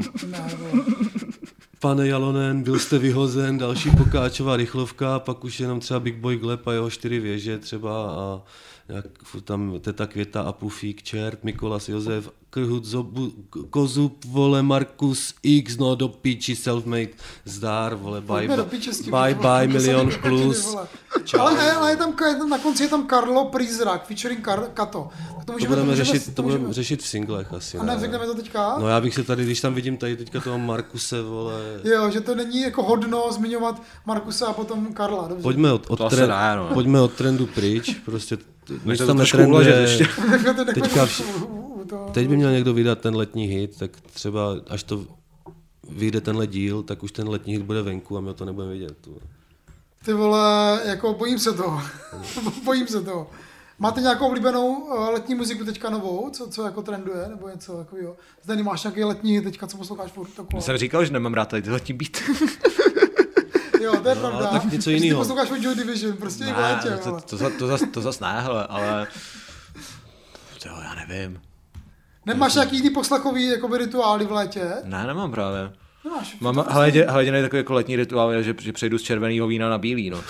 Pane Jalonen, byl jste vyhozen, další Pokáčová rychlovka, pak už jenom třeba Big Boy Gleb a jeho 4 věže třeba a jak tam Teta Květa a Pufík, Čert, Mikolas Josef, Krhut, Kozub, vole, Markus X, no do píči, self-made, zdár, vole, bye, milion plus. Ale je tam na konci je tam Karlo Prízrak, featuring Kato. To budeme řešit v singlech asi. A neřekneme to teďka? No já bych se tady, když tam vidím tady teďka toho Markuse, vole. Jo, že to není jako hodno zmiňovat Markusa a potom Karla, dobře. Pojďme od trendu pryč, prostě než tam netrenduje, teďka teď by měl někdo vydat ten letní hit, tak třeba až to vyjde tenhle díl, tak už ten letní hit bude venku a my to nebudeme vidět. Ty vole, jako bojím se toho. Máte nějakou oblíbenou letní muziku teďka novou, co jako trenduje, nebo něco takového? Zde máš nějaký letní hit teďka, co posloucháš furt? Já jsem říkal, že nemám rád tady ty letní beat. Jo, to je pravda. Tak něco jiného. Ty posloucháš od Joy Division, prostě i v létě. To zas ne, hele, ale... Jo, já nevím. Nemáš nějaký jiný poslechový jakoby, rituály v létě? Ne, nemám právě. Nemáš. Mám hleděnej takový jako letní rituál, že přejdu z červeného vína na bílý, no.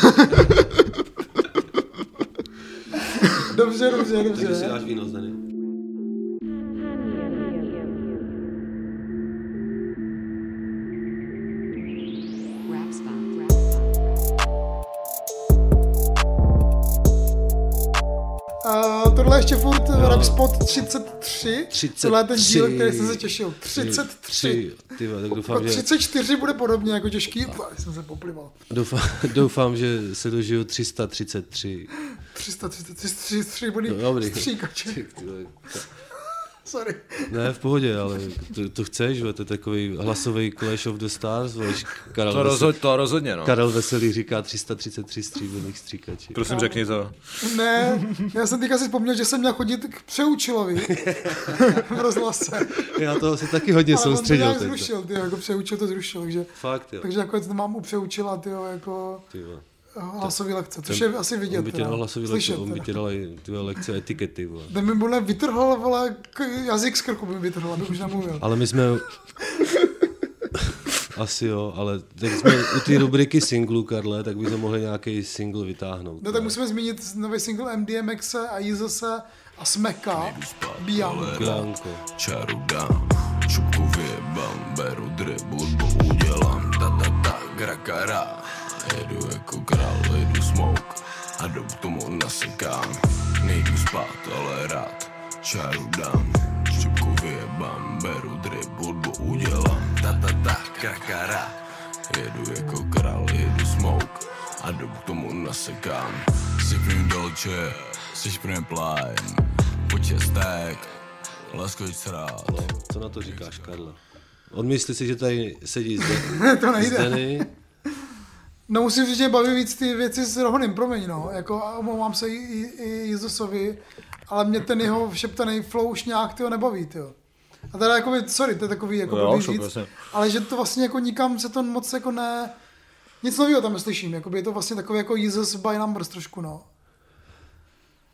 Dobře. Takže si dáš víno, Zdeny. Tohle ještě furt Rap Spot 33. Tohle je ten díl, který jsem se těšil. 33. Tyhle, tak doufám, 34 bude podobně jako těžký. Jsem se poplival. Doufám, že se dožiju 333. 333 bude stříkače. Sorry. Ne, v pohodě, ale to chceš, to je takový hlasový Clash of the Stars. To rozhodně, no. Karel Veselý říká 333 stříbrných stříkačí. Prosím, řekni to. Ne, já jsem teďka si vzpomněl, že jsem měl chodit k přeučilovi v rozhlase. Já to se taky hodně soustředil. Ale on to nějak zrušil, jako přeučil to zrušil, takže... Fakt, jo. Takže jako to mám u přeučila, tyjo, jako... Hlasový lekce, což je asi vidět. On by tě dal hlasový lekce, on by tě dal i lekce etikety. Vole. Ten mi bude vytrhl, vole, jazyk z krku by vytrhl, abych už nemluvil. Ale my jsme... Asi jo, ale tak jsme u té rubriky singlu, Karle, tak bychom mohli nějaký single vytáhnout. No tak musíme zmínit nový single MDMXe a Jizose a Smeka, Bianco. Čaru dám, čupku vyjebám, beru dribu, udělám, grakara. Jedu jako král, jedu smoke a do tomu nasekám. Nejdu spát, ale rád čaru dám, šťupku vyjebám, beru drip, hudbu udělám. Krakara. Jedu jako král, jedu smoke a do tomu nasekám. Jsi první dolče, jsi první plajn, počestek, laskoč srát. No, co na to říkáš, Karle? Odmyslí si, že tady sedí Zdeny. No musím říct, že baví víc ty věci s Rohonem, promiň, no, jako omlouvám se i Jizosovi, ale mě ten jeho šeptaný flow už nějak tyho nebaví, tyjo. A teda jako, sorry, to je takový jako blbý říct, ale že to vlastně jako nikam se to moc jako nic nového tam neslyším, jako je to vlastně takový jako Jesus by numbers trošku, no.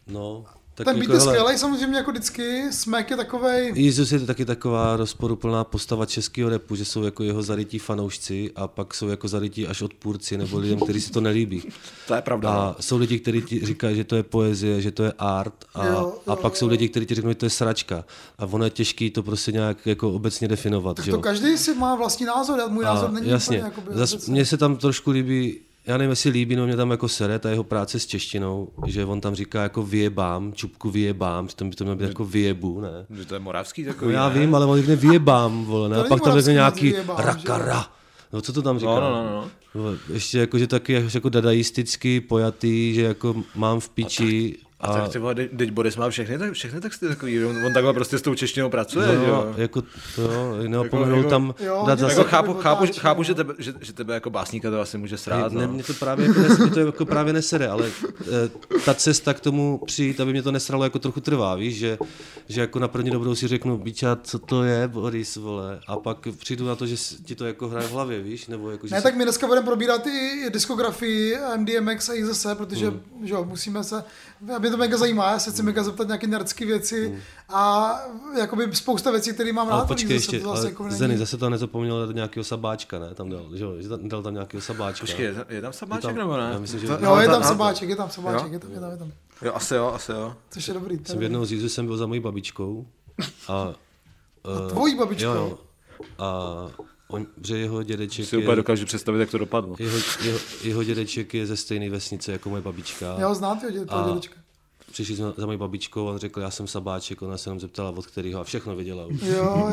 No, tak ten beat je skvělej, samozřejmě jako vždycky, Smek je takovej... Jesus je taky taková rozporuplná postava českého rapu, že jsou jako jeho zarytí fanoušci a pak jsou jako zarytí až odpůrci nebo lidem, kteří si to nelíbí. To je pravda. A jsou lidi, kteří ti říkají, že to je poezie, že to je art a pak jsou lidi, kteří ti řeknou, že to je sračka. A ono je těžký to prostě nějak jako obecně definovat. Tak to každý si má vlastní názor, můj názor není jasně. Úplně Mně se tam trošku líbí, já nevím, jestli líbí, no mě tam jako sere ta jeho práce s češtinou, že on tam říká jako vyjebám, čupku vyjebám, že tam by to mělo být jako vyjebu, ne? Že to je moravský takový, no já vím, ale on řekne vyjebám, vole, ne? A pak tam řekne nějaký rakara. No co to tam říká? No. Ještě jako, že taky jako dadaisticky pojatý, že jako mám v piči. A tak třeba teď Boris má všechny texty takový, on takhle prostě s tou češtinou pracuje, no, jo. Jako neopomenul jako, tam dát zase... Chápu, že tebe jako básníka to asi může srát. Ne, no. mě to jako právě nesere, ale ta cesta k tomu přijít, aby mě to nesralo, jako trochu trvá, víš, že jako na první dobrou si řeknu, bíča, co to je, Boris, vole, a pak přijdu na to, že ti to jako hraje v hlavě, víš, nebo jako... Ne, tak my dneska budeme probírat i diskografii MDMX a XS, protože že musíme se... Mě to mega zajímá, já se chci mega zeptat nějaké nerdské věci a jakoby spousta věcí, které mám rád. Počkej ještě, Zeny, zase to nezapomněl dát nějakého sabáčka, ne? Tam dal tam nějakého sabáčka. Počkej, je tam sabáček nebo ne? Myslím, že... Jo, je tam sabáček, je tam. Jo, asi jo. Což je dobrý. Jsem jednou z Jízu jsem byl za mojí babičkou a tvojí babičkou? Jo. A že jeho dědeček si úplně dokážu představit, jak to dopadlo. Jeho dědeček je ze stejné vesnice jako moje babička. Já ho znám, toho dědečka. Přišli jsme za mojí babičkou a on řekl, já jsem sabáček, ona se jenom zeptala, od kterého a všechno věděla už. Jo,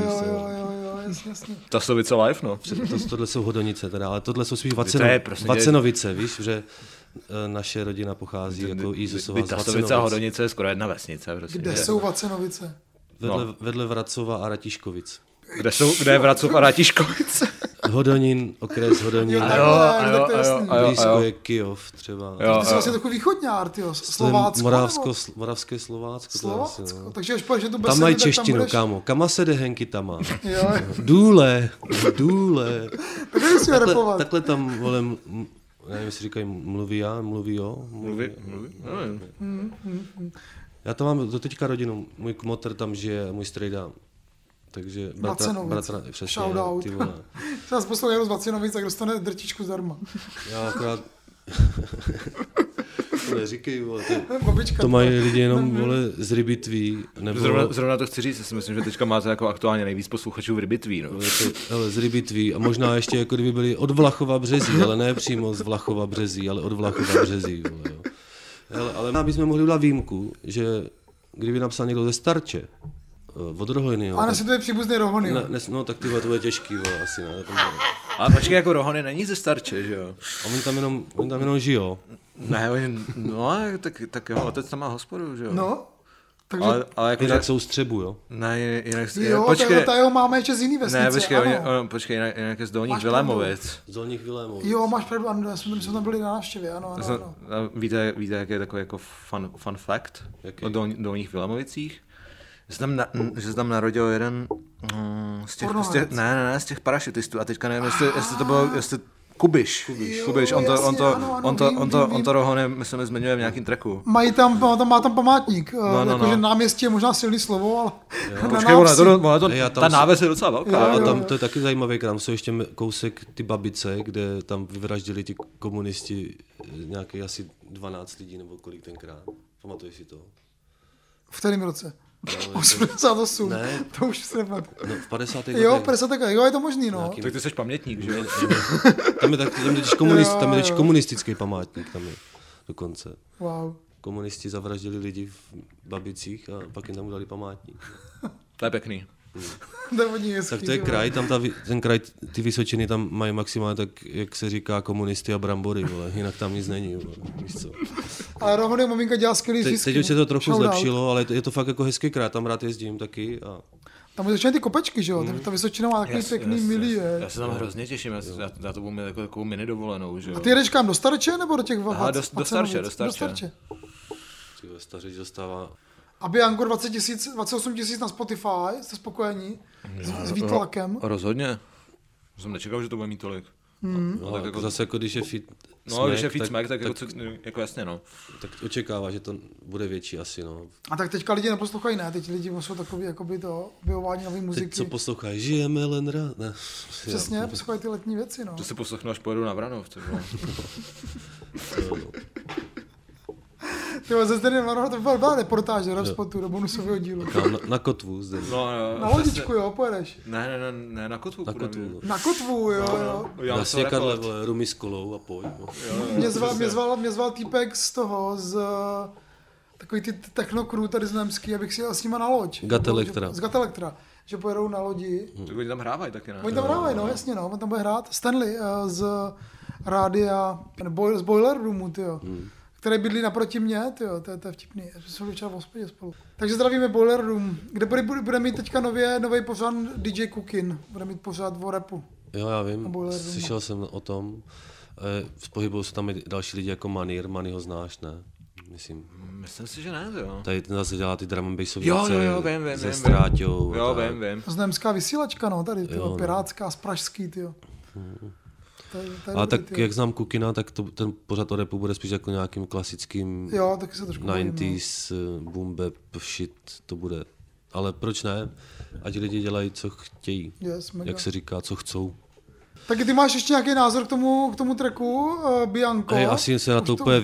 jasně. Tasovice live, no. Tohle jsou Hodonice teda, ale tohle jsou spíš Vacenovice, víš, že naše rodina pochází jako Jízusová z Vacenovic. Tasovice a Hodonice je skoro jedna vesnice. Prostě. Kde jsou Vacenovice? Vedle Vracova a Ratiškovic. Kde je Vracov a Ratiškovic? Hodonín, okres Hodonín. Blízko je Kyjov třeba. Ty jsi vlastně takový východňár, tyjo, Slovácko. Moravské Slovácko. Slovácko, takže až pojď, že tu besedy, tam mají češtinu, budeš... kámo. Kama se dehenky tam má. Důle. Takhle tam, vole, nevím, jestli říkají mluví. Já tam mám do teďka rodinu, můj kmotr tam žije, můj strejda. Takže bratra přesně, ty vole. Třeba poslouchám jenom z Vacenovic, tak dostane drtičku zdarma. Já akorát... to neříkej, vole. To mají lidi jenom, vole, z Rybitví. Nebo... Zrovna to chci říct, já si myslím, že teďka máte jako aktuálně nejvíc posluchačů v Rybitví. No. Hele, z Rybitví a možná ještě jako kdyby byli od Vlachova Březí, ale ne přímo z Vlachova Březí, ale od Vlachova Březí. Vole, jo. Hele, ale bychom mohli udělat výjimku, že kdyby napsal někdo ze Starče, od Rohony, jo. A ne, to je příbuzný Rohony, jo. No tak tyhle, to je těžký, vole, asi ne. Ale počkej, jako Rohony není ze Starče, že jo? A oni tam jenom žijou. Ne, tak jeho otec tam má hospodu, že jo? No. Takže... Ale jako jinak jsou Střebu, jo? Ne, jinak... Jo, počkej, ta jeho máma ještě z jiný vesnice. Ne, počkej, jinak je z Dolních Vilémovic. Z Dolních Vilémovic. Jo, máš pravdu, ano, jsme tam byli na návštěvě, ano. Víte, jak je takový jako fun fact o Dolních Vilémovicích? Že se tam narodil jeden z těch parašutistů a teďka nevím, jestli to bylo, Kubiš, on to Rohony, myslím, zmiňuje v nějakým tracku. Má tam památník, jakože náměstí je možná silný slovo, ale... Počkej, ta náves je docela velká. A tam to je taky zajímavý, tam jsou ještě kousek ty Babice, kde tam vyvraždili ti komunisti nějaký asi 12 lidí nebo kolik tenkrát. Pamatuješ si to? V kterém roce? 88, ne, to už se nepamatuji. No, v 50. Jo, 50. Jo, je to možný, no. Tak ty jsi pamětník, že jo? Tam je komunistický památník, tam je dokonce. Wow. Komunisti zavraždili lidi v Babicích a pak jim tam udali památník. To je pěkný. Tak to je kraj, tam ten kraj, ty Vysočiny tam mají maximálně tak, jak se říká, komunisty a brambory, vole, jinak tam nic není, vole, víš co. Ale Rohony maminka dělá skvělý zisky. Teď už se to trochu zlepšilo, ale je to fakt jako hezký kraj, tam rád jezdím taky. A... Tam začínají ty kopečky, že jo, ta Vysočina má takový pěkný milí. Já se tam hrozně těším, já to budu mít jako takovou mini dovolenou, že jo. A ty jedeš kam, do Starče nebo do těch do Starče. Stařič dostává... Aby Janko 28 000 na Spotify, jste spokojení s výtlakem? Rozhodně. Jsem nečekal, že to bude mít tolik. No, tak jako zase jako když je fit když je fit smack, tak jako jasně, no. Tak očekává, že to bude větší asi, no. A tak teďka lidi neposlouchají, ne? Teď lidi jsou takový, jakoby to objevování nové muziky. Teď co poslouchají? Žijeme len rád, ne? Přesně, poslouchají ty letní věci, no. To si poslechnu, až pojedu na Vranov, Tyhle, ze Zdeny Vranova to byla reportáž do Rapspotu, do bonusového dílu. Na Kotvu zde. Na lodičku, jo, pojedeš. Ne, na Kotvu. Na Kotvu, jo. Jasně, Karle, vole, rumy s kolou a pojď. Mě zval týpek z toho, z takový ty technokru tady z Nemský, abych si jel s nima na loď. Gatelektra. Z Gatelektra, že pojedou na lodi. Tak oni tam hrávají taky, ne? Oni tam hrávají, no jasně, no, on tam bude hrát. Stanley z rádia, z Boiler Roomu, tyjo. Který bydlí naproti mě, tyjo, to je vtipný. Jsme byli včera v hospodě spolu. Takže zdravíme Boiler Room, kde bude mít teďka nový pořád DJ Cookin, bude mít pořád o rapu. Jo, já vím, slyšel jsem o tom. Pohybují se tam i další lidi jako Manny ho znáš, ne? Myslím si, že ne, jo. Tady ten zase dělá ty drum and bassový vím, se Stráťou. Jo, vím. Znojemská vysílačka, no, tady, tyjo, pirátská, z pražský, tyjo. Ale tak jak znám Cookina, tak ten pořad o rapu bude spíš jako nějakým klasickým 90s boom bap shit to bude. Ale proč ne? Ať lidi dělají, co chtějí. Jak se říká, co chcou. Taky ty máš ještě nějaký názor k tomu tracku, Bianco? Asi se na to úplně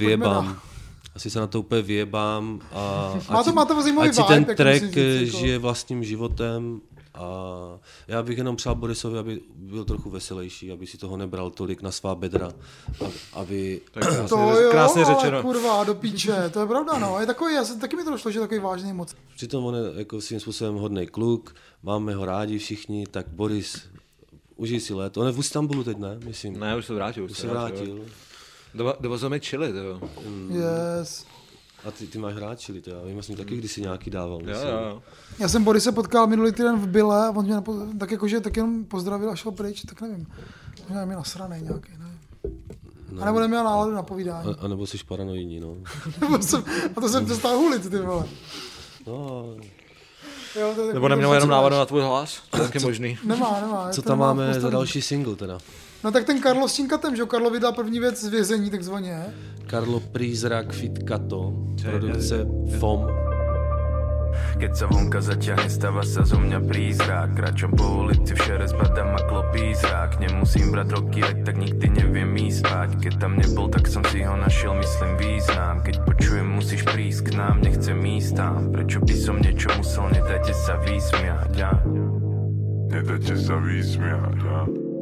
vyjebám. Má to zajímavý vibe. Ať si ten track žije vlastním životem. A já bych jenom přál Borisovi, aby byl trochu veselější, aby si toho nebral tolik na svá bedra, aby... Krásně řečeno. Kurva, do píče, to je pravda, no. Je takový, taky mi to došlo, že je takový vážný moc. Přitom on je jako svým způsobem hodnej kluk, máme ho rádi všichni, tak Boris, užij si let. On je v Istanbulu teď, ne? Myslím. Ne, už se vrátil. Do Vazome chili, to. Yes. A ty máš rád čili, to já vím, jsem taky kdysi nějaký dával. Jo. Já jsem Borise potkal minulý týden v Bile a on mě tak jakože tak jenom pozdravil a šel pryč, tak nevím. Možná mě nasranej nějaký, nevím. No. A nebo neměl náladu na povídání. A nebo jsi paranoidní, no. A to jsem přestal hulit, ty vole. No. Jo, nebo neměl jenom náladu na tvůj hlas? To je taky možný. Nemá. Co tam máme za další single teda? No tak ten Karlo s tím Katem, že jo? Karlo vydal první věc z vězení, takzvaně. Karlo Prízrak fit Kato, produkce FOM. Keď sa vonka zaťahne, stáva sa zo mňa prízrak. Kráčam po ulici, v šere zbadám a klopí zrak. Nemusím brať roky, veď tak nikdy neviem ísť spať. Keď tam nebol, tak som si ho našiel, myslím význam. Keď počujem, musíš prísť k nám, nechcem ísť tam. Prečo by som niečo musel, nedajte sa vysmiať, ja? Nedajte sa vysmiať, ja?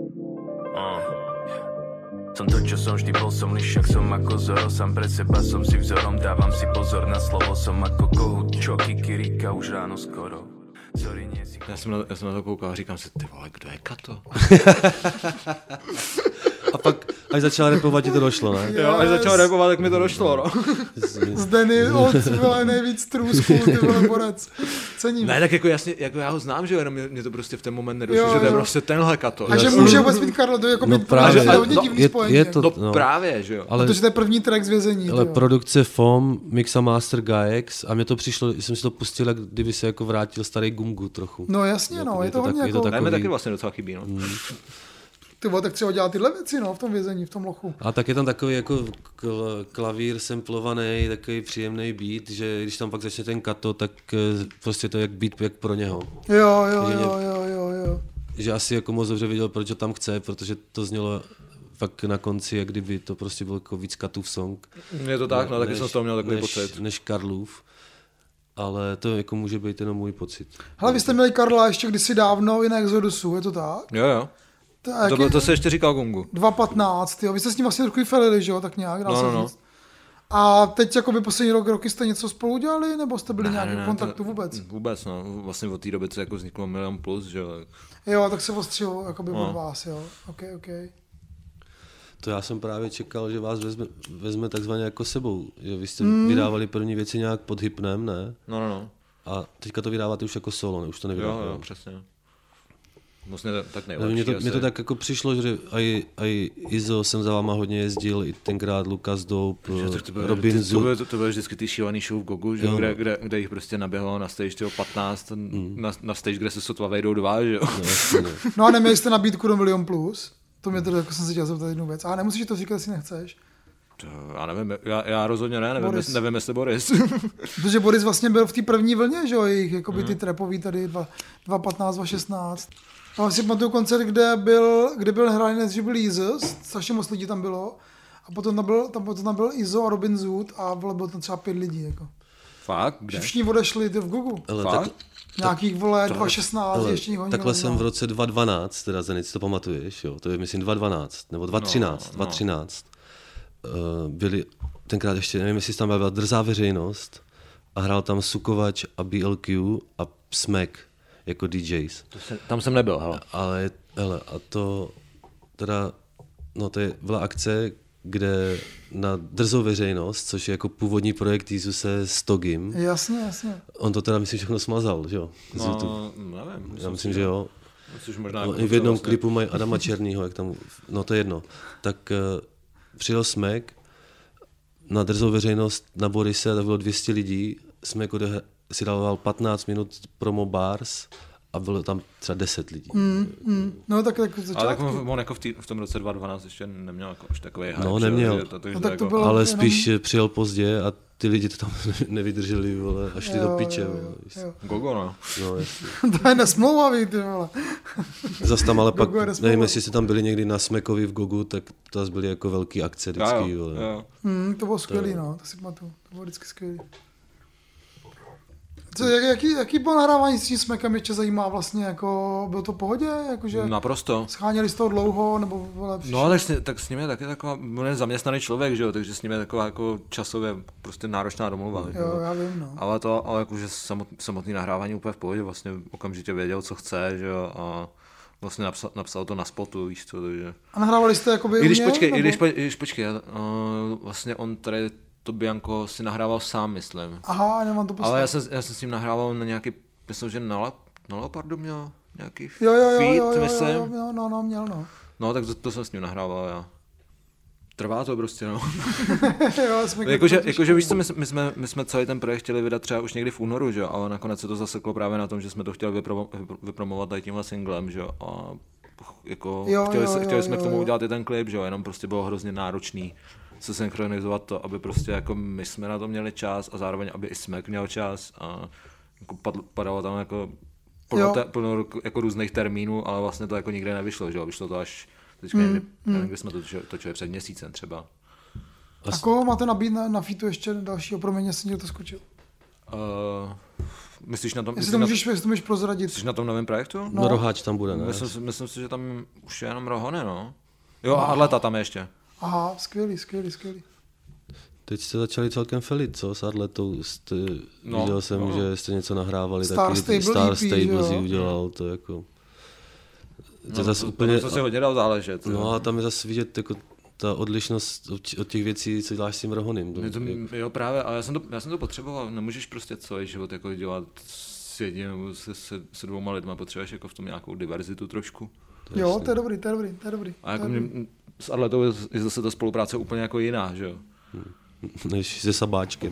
Som to, čo som vždy bol, som lišak, som ako Zoro. Sám pre seba som si vzorom, dávam si pozor na slovo. Som ako kohút, čo kikirika už ráno skoro. Sorry, nie si... Já jsem na to koukal a říkám si, ty vole, kdo je Kato? A pak, až začal rapovat, ti to došlo, ne? Jo, až začal rapovat, tak mi to došlo, no. Z Denny byl nejvíc trůzků, ty vole, borec. Cením. Ne, tak jako jasně, jako já ho znám, že jenom mě to prostě v ten moment nedošlo, že to je prostě tenhle Kato. A že může vůbec být Karlo, to je jako právě, to je hodně divný spojení. Právě, že jo. Ale, protože to je první track z vězení. Ale produkce FOM, Mix a Master Gaex a mě to přišlo, jsem si to pustil, jak kdyby se jako vrátil starý Gungu trochu. No jasně, no, je to hodně jako... Ne, mi taky vlastně docela chybí, no. Ty vole, tak třeba dělat tyhle věci, no, v tom vězení, v tom lochu. A tak je tam takový jako klavír samplovaný, takový příjemný beat, že když tam pak začne ten Kato, tak prostě to je jak beat jak pro něho. Jo. Že asi jako moc dobře viděl, proč ho tam chce, protože to znělo fakt na konci, jak kdyby to prostě byl jako víc Katův song. Je to tak, no, taky jsem z toho měl takový pocit. Než Karlův. Ale to jako může být jenom můj pocit. Hele, vy jste měli Karla ještě kdysi dávno i na Exodusu, je to tak? Jo. To se ještě říkal Gungu. 2.15, jo. Vy jste s ním vlastně trochu felili, že jo, tak nějak, dá se říct. A teď jako by poslední roky jste něco spolu dělali, nebo jste byli nějaký v kontaktu vůbec? Vůbec, no. Vlastně od té doby to jako vzniklo 1 000 000+, že jo. Jo, tak se ostřilo jakoby od vás, jo. OK. To já jsem právě čekal, že vás vezme takzvaně jako sebou. Že vy jste vydávali první věci nějak pod Hypnem, ne? No. A teďka to vydáváte už jako solo, ne? Už to nevydáváte. Jo, přesně. Vlastně tak nejlepší. Mně to tak jako přišlo, že i Izo jsem za váma hodně jezdil, i tenkrát Lukas Dope, Robin Zud. To bylo vždycky ty šílený show v Gogu, že? Kde jich prostě naběhlo na stage 15, na stage, kde se sotva vejdou 2, že jo? No a neměli jste nabídku do 1 000 000+? To mě teda, jako jsem se chtěl zeptat jednu věc. A nemusíš to říkat, jestli nechceš. Já nevím, já rozhodně nevím, jestli Boris. Protože Boris vlastně byl v té první vlně, že jo, jejich, jakoby ty trapový tady 2015, 2016. A vlastně pamatuju koncert, kde byl hraný nejdřív byl Jesus, strašně moc lidí tam bylo. A potom tam byl Izo a Robin Zoot a bylo tam třeba 5 lidí, jako. Fakt? Kde? Všichni odešli v Google. Fakt? Nějakých, 2016, ještě nikdo takhle jsem v roce 2012, teda Zenit, si to pamatuješ, jo, to je myslím 2012, nebo 2013. Byli, tenkrát ještě, nevím, jestli tam byla drzá veřejnost a hrál tam Sukovač a BLQ a Smack jako DJs. Tam jsem nebyl, hele. Ale a to teda, no to byla akce, kde na drzou veřejnost, což je jako původní projekt Jesuse s Togim. Jasně. On to teda myslím všechno smazal, že jo? No, nevím. Já myslím, že jo. Možná I v jednom klipu mají Adama Černýho, jak tam, no to je jedno. Tak přijel Smack na drzou veřejnost na Borise, tak bylo 200 lidí. Smack si dával 15 minut promo bars a bylo tam třeba 10 lidí. No tak začátku. Ale tak on jako v tom roce 2012 ještě neměl jako už takový hype. No neměl, ale spíš přijel pozdě a ty lidi to tam nevydrželi, vole, a šli do piče. Jo. Gogo, no. No, jasně. To je nesmlouvavý, ty vole. Zas tam ale pak, nevím, jestli jste tam byli někdy na Smackovi v Gogu, tak to zase byly jako velký akce vždycky. Jo. To bylo skvělý, no, to si pamatuju, to bylo vždycky skvělý. Jaký bylo nahrávání s tím Smackem, ještě zajímá vlastně, jako bylo to v pohodě? Jakože naprosto. Scháněli z toho dlouho, nebo lepší? No tak s ním je taky taková, on je zaměstnaný člověk, že jo, takže s ním je taková jako časově prostě náročná domluva. Jo, já vím, no. Ale jakože samotný nahrávání úplně v pohodě, vlastně okamžitě věděl, co chce, že jo, a vlastně napsal to na spotu, víš co, takže. A nahrávali jste jakoby I když počkej, vlastně on tady to Bianco si nahrával sám, myslím. Aha, nemám to poslat. Ale já jsem s ním nahrával na nějaký, myslím, že na Leopardu měl nějaký feed, myslím. Jo, měl, no. No, tak to jsem s ním nahrával, já. Trvá to prostě, no. jakože víš co, my jsme celý ten projekt chtěli vydat třeba už někdy v únoru, že jo, ale nakonec se to zaseklo právě na tom, že jsme to chtěli vypromovat tady tímhle singlem, že jo, a jako chtěli jsme k tomu udělat i ten klip, že jo, jenom prostě bylo hrozně náročný se synchronizovat to, aby prostě jako my jsme na to měli čas a zároveň, aby i Smack měl čas a jako padalo tam jako plno jako různých termínů, ale vlastně to jako nikde nevyšlo, že jo, vyšlo to až teďka někdy jsme to točili před měsícem třeba. A koho máte nabít na featu ještě dalšího, promiň, jestli mě to skočil? Myslíš na tom? Jestli to můžeš prozradit. Myslíš na tom novém projektu? No Roháč tam bude, ne? Myslím si, že tam už je jenom Rohony, no. Jo, a Arleta tam je ještě. Aha, skvělý. Teď jste začali celkem felit, co? S Arletou viděl jsem, že jste něco nahrávali, Star Stable si udělal, to jako. To zase úplně. To se hodně dal záležet. No a tam je zase vidět jako ta odlišnost od těch věcí, co děláš s tím Rohonym. Jo, právě, ale já jsem to potřeboval, nemůžeš prostě celý život jako dělat s jedním nebo se dvouma lidma, potřebuješ jako v tom nějakou diverzitu trošku. Jo, to je dobrý. A jako s Arletou je zase ta spolupráce úplně jako jiná, že jo? Než se Sabáčkem.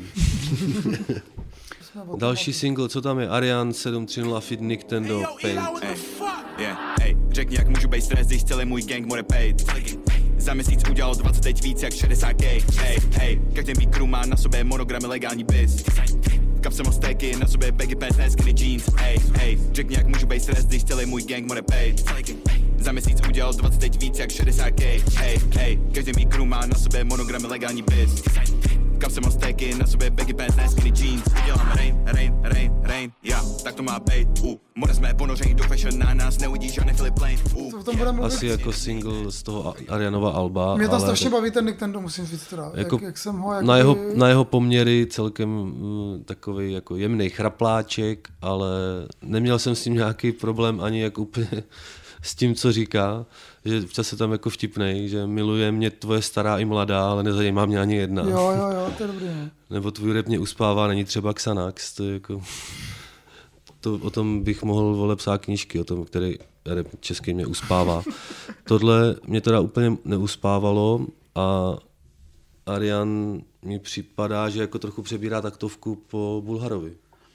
Další single, co tam je? Arian 730 Fit Nick Tendo, Paint. Řekni, jak můžu být stres, když celý můj gang more paid. Za měsíc udělal 20, teď víc jak 60k. Každý mý crew má na sobě monogramy legální biz. Kapse mám stéky, na sobě baggy pants, ne skinny jeans. Řekni, jak můžu být stres, když celý můj gang more paid. Za měsíc udělal 20, teď víc jak 60k. Každý mý crew má na sobě monogramy legální biz. Kapse mám stéky, na sobě baggy pants, ne skinny jeans. Udělám rain, tak to má být. More jsme ponoření do fashion, na nás neuvidí žádný Philip Lane. Asi jako single z toho Arianova alba. Mě tam strašně baví ten Nick Tendo, musím říct teda. Jako jak jsem ho, na jeho poměry celkem takový jako jemný chrapláček, ale neměl jsem s tím nějaký problém ani jako úplně s tím, co říká, že včas je tam jako vtipnej, že miluje mě tvoje stará i mladá, ale nezajímá mě ani jedna. Jo, to je dobrý. Ne? Nebo tvůj rap mě uspává, není třeba Xanax, to je jako... O tom bych mohl psát knížky, o tom, který rap český mě uspává. Tohle mě teda úplně neuspávalo a Arian mi připadá, že jako trochu přebírá taktovku po Bulharovi.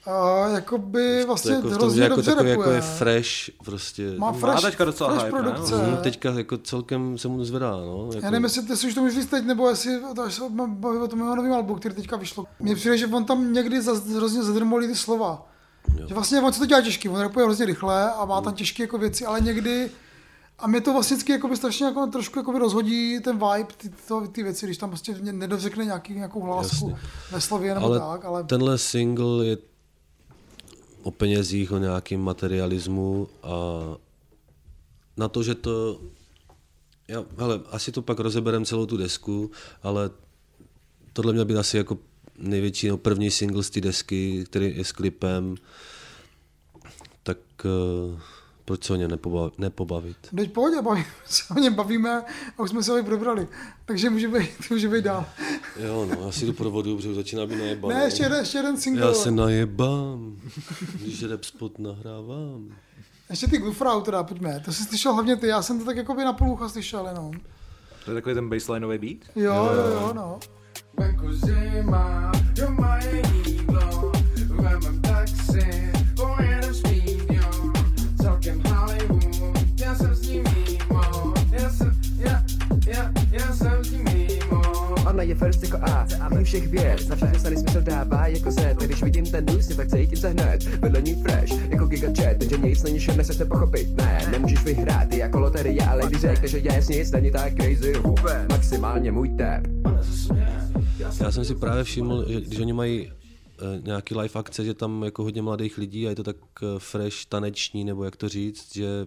jakoby vlastně jako hrozně jako dobře takový, rapuje. Jako je fresh prostě. Má fresh, teďka docela fresh hype, produkce. Teďka jako celkem se mu zvedá, no. Jako... Já nevím, jestli už to můžeš říct teď, nebo jestli až se baví o tom jeho novým albu, který teďka vyšlo. Mně přijde, že on tam někdy hrozně zadrmolí ty slova. Jo. Že vlastně on se to dělá těžký, on rapuje hrozně rychle a má tam těžké jako věci, ale někdy a mě to vlastně jako strašně jako, trošku jako rozhodí ten vibe, ty věci, když tam prostě nedořekne nějakou hlásku ve slově nebo tak. Ale tenhle single je o penězích, o nějakým materialismu a na to, že to... Hele, asi to pak rozeberem celou tu desku, ale tohle měl být asi jako největší, no, první single z té desky, který je s klipem, tak proč se o ně nepobavit? Teď pohodě, se o něm bavíme a už jsme se ho probrali, takže může být dál. Jo, no, já si to provodu, protože začíná být najebaný. Ne, ještě jeden single. Já se najebám, když rap spot nahrávám. Ještě ty Glufrau teda, pojďme, to jsi slyšel hlavně ty, já jsem to tak jako by na půl ucha slyšel jenom. To je takový ten basslineový beat? Jo, no. Venku zima, doma je jídlo, vemem taxi, pojedem s Míďou, celkem Hollywood, já jsem s ním mimo, já jsem s ním mimo. Ona je first jako A všech věc, na všechno se smysl dává jako Z, když vidím ten nůsy, tak cítím se hned, vedle ní fresh, jako gigachat, takže nic není šel, nechceš se pochopit, ne, nemůžeš vyhrát, jako loterie, ale když řekneš, že yes, nic není tak crazy, maximálně můj tap. Já jsem si právě všiml, že když oni mají nějaký live akce, že tam jako hodně mladých lidí a je to tak fresh, taneční, nebo jak to říct, že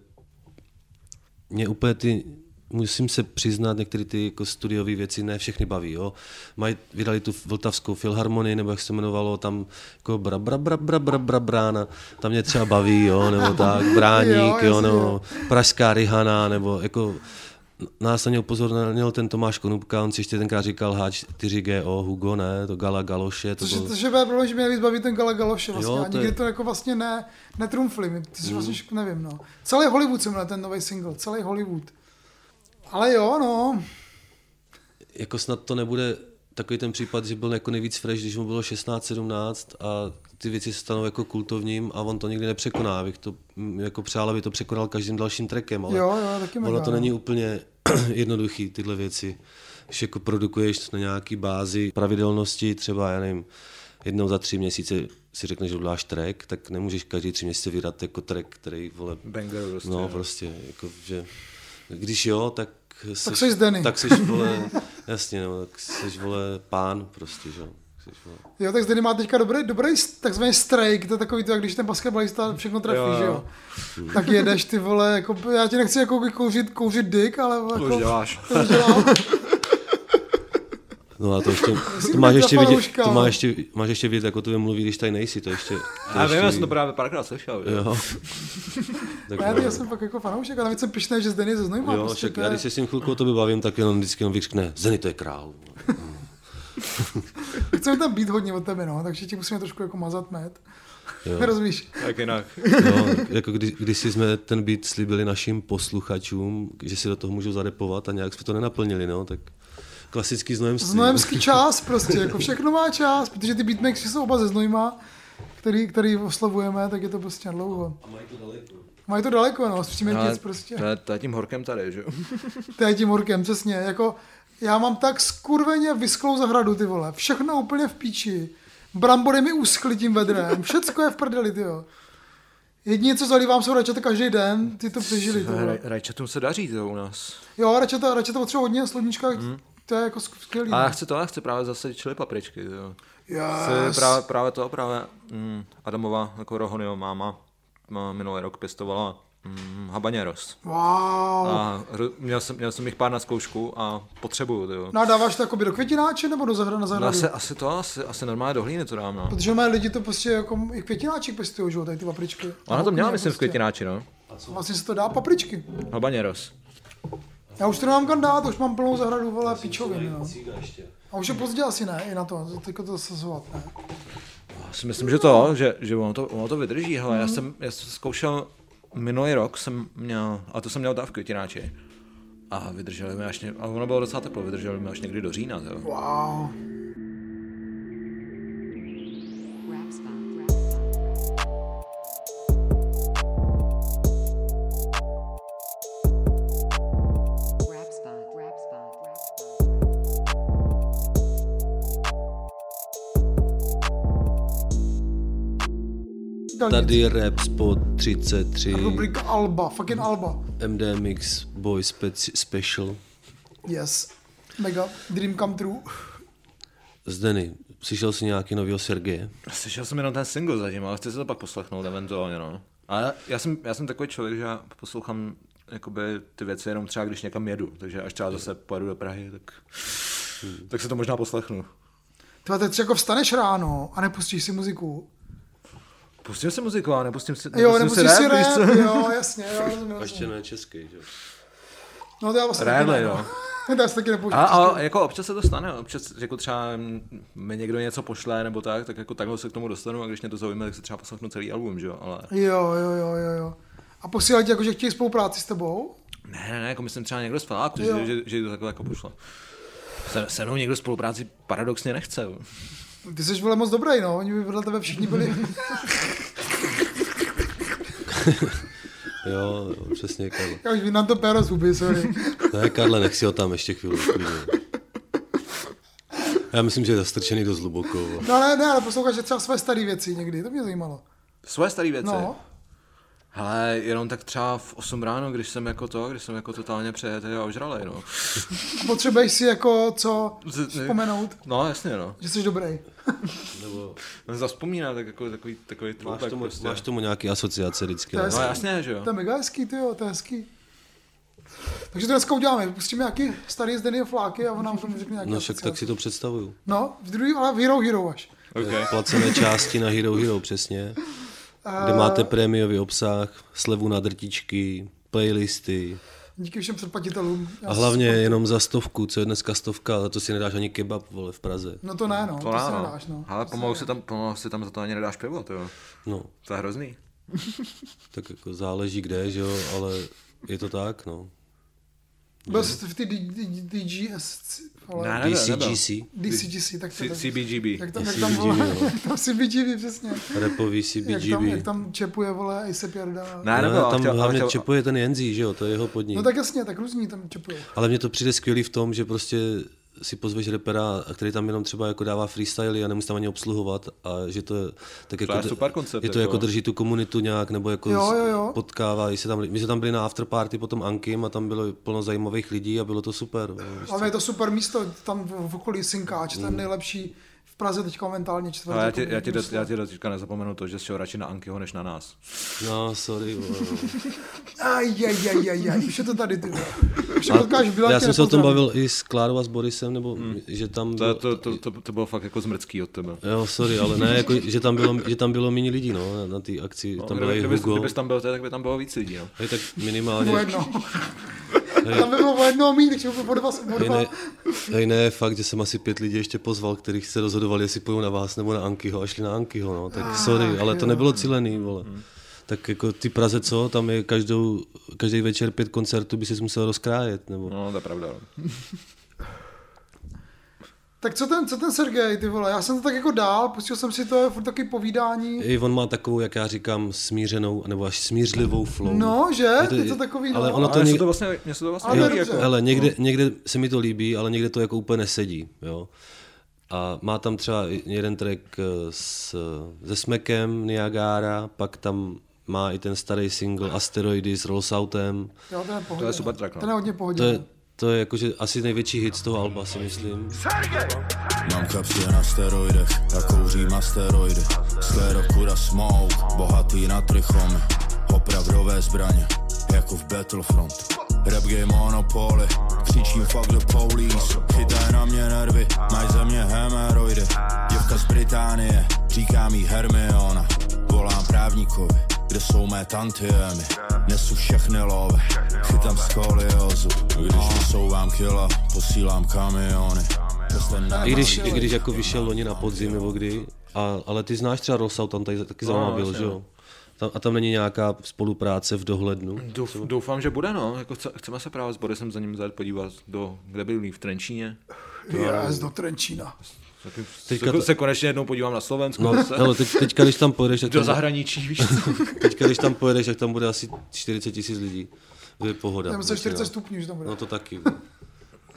mě úplně musím se přiznat, některé ty jako studiové věci ne všechny baví, jo. Vydali tu Vltavskou filharmonii, nebo jak se jmenovalo, tam jako brána, tam mě třeba baví, jo, nebo tak, Bráník, jo, nebo Pražská Rihana, nebo jako nás na ně upozornil ten Tomáš Konupka, on si ještě tenkrát říkal H4GO, Hugo, ne, to Gala Galoše. To je problém, že mě nejvíc baví ten Gala Galoše vlastně, a nikdy to jako vlastně netrumfli, to vlastně nevím, no. Celý Hollywood jsem na ten nový single, celý Hollywood. Ale jo, no. Jako snad to nebude takový ten případ, že byl jako nejvíc fresh, když mu bylo 16-17 a ty věci se stanou jako kultovním a on to nikdy nepřekoná. Abych to jako přál, aby to překonal každým dalším trackem, ale jo, taky ono to není úplně jednoduchý, tyhle věci. Když jako produkuješ na nějaký bázi pravidelnosti, třeba, já nevím, jednou za 3 měsíce si řekneš, že uděláš track, tak nemůžeš každý 3 měsíce vydat jako track, který, vole, banger prostě. No, prostě, jako, že když jo, tak jsi Zdený. Tak jsi, vole, jasně, no, tak jsi, vole, pán prostě, že jo. Jo, tak Zdený má teďka dobrý takzvaný strike, to je takový to, jak když ten basketbalista všechno trefí, že jo. Tak jedeš, ty vole, jako, já ti nechci jako kouřit dick, ale jako, to už děláš. No a to ještě, máš ještě vidět, jako to mluví, když tady nejsi, to ještě... Já vím, já jsem to právě párkrát slyšel. Jo. Já jsem fakt jako fanoušek, a navíc jsem pyšnej, že Zdený ze Znojma. Jo, prostě, já když se s tím chvilkou o tobě bavím, tak jenom vždycky vyřkne, Zdený to je král. Chceme tam být hodně od tebe, no, takže ti musíme trošku jako mazat med. Rozumíš? Tak jinak. Jo, jako když jsme ten beat slíbili našim posluchačům, že si do toho můžou zarepovat a nějak jsme to nenaplnili, no, tak klasický znojemství. Znojemský čas prostě, jako všechno má čas, protože ty beatmakers jsou oba ze Znojma, který oslavujeme, tak je to prostě dlouho. A mají to daleko. Mají to daleko, no, Střímětic prostě. To je tím horkem tady, že jo? To je tím horkem, přesně, jako já mám tak skurveně vysklou zahradu, ty vole, všechno úplně v píči, brambory mi uschly tím vedrem, všecko je v prdeli, ty jo. Jedině, co zalívám, jsou rajčata každý den, ty to přežili, ty vole. Rajčatům se daří to u nás. Jo, rajčata potřeba hodně, slodnička, to je jako skvělý. A já chci právě zase chili papričky, jo. Yes. Právě Adamova jako Rohonyho máma minulý rok pěstovala habaneros. Wow. A měl jsem jich pár na zkoušku a potřebuju, jo. No a dáváš to jakoby do květináče nebo do zahrady? Asi normálně do hlíny to dám, no. Protože mají lidi to prostě jako i květináček pěstují, že jo, tady ty papričky. Ona to měla, myslím, v květináči, no. Vlastně se to dá papričky. Habaneros. Já už to nemám kam dát, už mám plnou zahradu, vole, pičovin, no. A už je pozdě asi ne, i na to, teďko to sazovat, ne. Já si myslím, že ono to vydrží, hele, já jsem zkoušel minulý rok, jsem měl dát v květináči. A vydrželi mi a ono bylo docela teplo, vydrželi mi až někdy do října, jo. Wow. zviditelnit. Tady je Rap Spot 33. Rubrika Alba, fucking Alba. MD Mix Boy Special. Yes. Mega. Dream come true. Zdeny, slyšel jsi nějaký novýho Sergeje? Slyšel jsem jenom ten single zatím, ale chci se to pak poslechnout eventuálně, no. Ale já jsem takový člověk, že já poslouchám jakoby ty věci jenom třeba, když někam jedu, takže až třeba zase pojedu do Prahy, tak si to možná poslechnu. Tyhle, teď jako vstaneš ráno a nepustíš si muziku. Pustím si muziku, ale nepustím si rap, jo, jasně, jo. Ještě ne český, jo. No to já vlastně taky ne, jo. To já taky nepouštím. A jako občas se to stane, občas jako třeba mi někdo něco pošle nebo tak jako takhle se k tomu dostanu a když mě to zaujme, tak se třeba poslechnu celý album, že jo, ale... Jo. A posílají ti jako, že chtějí spolupráci s tebou? Ne, jako myslím třeba někdo z Faláku, že to takhle jako pošle. Se mnou někdo spolupráci paradoxně nechce. Ty jsi vole moc dobrý, no, oni by vedle tebe všichni byli... Jo, přesně, Karle. Já už vím nám to péro z huby, sorry. Ne, Karle, nech si ho tam ještě chvíli. Já myslím, že je zastrčený dost hluboko. No ne, ale posloucháš třeba své staré věci někdy, to mě zajímalo. Svoje staré věci? No. Hele, jenom tak třeba v 8 ráno, když jsem jako totálně přejetý a ožralej, no. Potřebuješ si jako co vzpomenout? No, jasně, no. Že jsi dobrý. Nebo zavzpomínám, tak jako takový máš tomu, prostě. Máš tomu nějaký asociace vždycky. No jasně, že jo. To je mega hezký, tyjo, to je hezký. Takže to dneska uděláme, pustíme nějaký starý Zdenyho fláky a on nám tomu řekne nějaký No však tak si to představuju. No, v druhý, ale v Hero až. Okay. Placené části na Hero, přesně. Kde máte prémiový obsah, slevu na drtičky, playlisty. Díky všem předplatitelům. A hlavně jenom za 100, co je dneska 100, ale to si nedáš ani kebab, vole, v Praze. No to ne, no, to si nedáš, no. Ale pomalu si tam za to ani nedáš pivo, to jo. No. To je hrozný. Tak jako záleží kde, že jo, ale je to tak, no. Byl jsi v ty DGS, DCGC, tak to CBGB. Jak tam CBGB, přesně. Rapový CBGB. Jak tam čepuje, vole, A$AP Jarda. Ne, tam hlavně čepuje ten Jenzi, že jo, to je jeho podnik. No tak jasně, tak různí tam čepují. Ale mně to přijde skvělý v tom, že prostě si pozveš rapera, který tam jenom třeba jako dává freestyly a nemusí tam ani obsluhovat a že to je tak jako, je super koncept, je to jako drží tu komunitu nějak nebo jako jo. potkává. My jsme tam byli na afterparty potom Ankim a tam bylo plno zajímavých lidí a bylo to super. Ale je to super místo, tam v okolí Synkáč, ten nejlepší v Praze teďka momentálně čtvrtý. Já ti do teďka nezapomenu to, že jsi šel radši na Ankyho než na nás. No, sorry. Už je to tady, ty. Já jsem se o tom bavil i s Klárou a s Borisem, nebo že tam... To bylo fakt jako zmrcký od tebe. Jo, sorry, ale ne, jako, že tam bylo méně lidí, no, na té akci. Tam bylo i Hugo. Kdybys tam byl, tak by tam bylo víc lidí, no. Tak minimálně... Tam by bylo o jednoho míň, když by po dva. Ne, fakt, že jsem asi 5 lidí ještě pozval, kterých se rozhodovali, jestli půjdou na vás nebo na Ankyho a šli na Ankyho, no. Tak sorry, ale to nebylo cílený, vole. Tak jako ty Praze, co? Tam je každý večer 5 koncertů, by si musel rozkrájet, nebo... No, to je pravda. Tak co ten Sergej, ty vole, já jsem to tak jako dál, pustil jsem si to, je furt takový povídání. I on má takovou, jak já říkám, smířenou, nebo až smířlivou flow. No, že? Je to takový, no. Ale ono to mně se to vlastně líbí. Hele, někde se mi to líbí, ale někde to jako úplně nesedí, jo. A má tam třeba jeden track se Smekem, Niagara, pak tam má i ten starý single Asteroidy s Rollsoutem. Jo, to je super track, no. Ten je hodně pohodě. To je jakože asi největší hit z toho alba, si myslím. Mám kapsy na steroidech, jak kouřím asteroidy. Sklerokura smoke, bohatý na trichomy. Opravdové zbraně, jako v Battlefront. Rap game monopoly, křičím fuck the police. Chytaj na mě nervy, mají ze mě hemeroidy. Děvka z Británie, říkám jí Hermiona. Volám právníkovi, kde jsou mé tantiemy. Nesu všechny love, chytám skoliozu. Když vysouvám kila, posílám kamiony. I když jako vyšel loni na podzim nebo kdy, ale ty znáš třeba Rossau, tam tady taky za náma byl, že jo? A tam není nějaká spolupráce v dohlednu? Doufám, že bude, no. Jako chceme se právě s Borisem za ním zajet podívat kde byli v Trenčíně. Do Trenčína. Teďka se konečně jednou podívám na Slovensko. No, hele, teďka, když tam pojedeš... Do zahraničí, víš co? Teďka, když tam pojedeš, tak tam bude asi 40 000 lidí. To je pohoda. Já myslím, 40 stupňů, že tam bude. No to taky.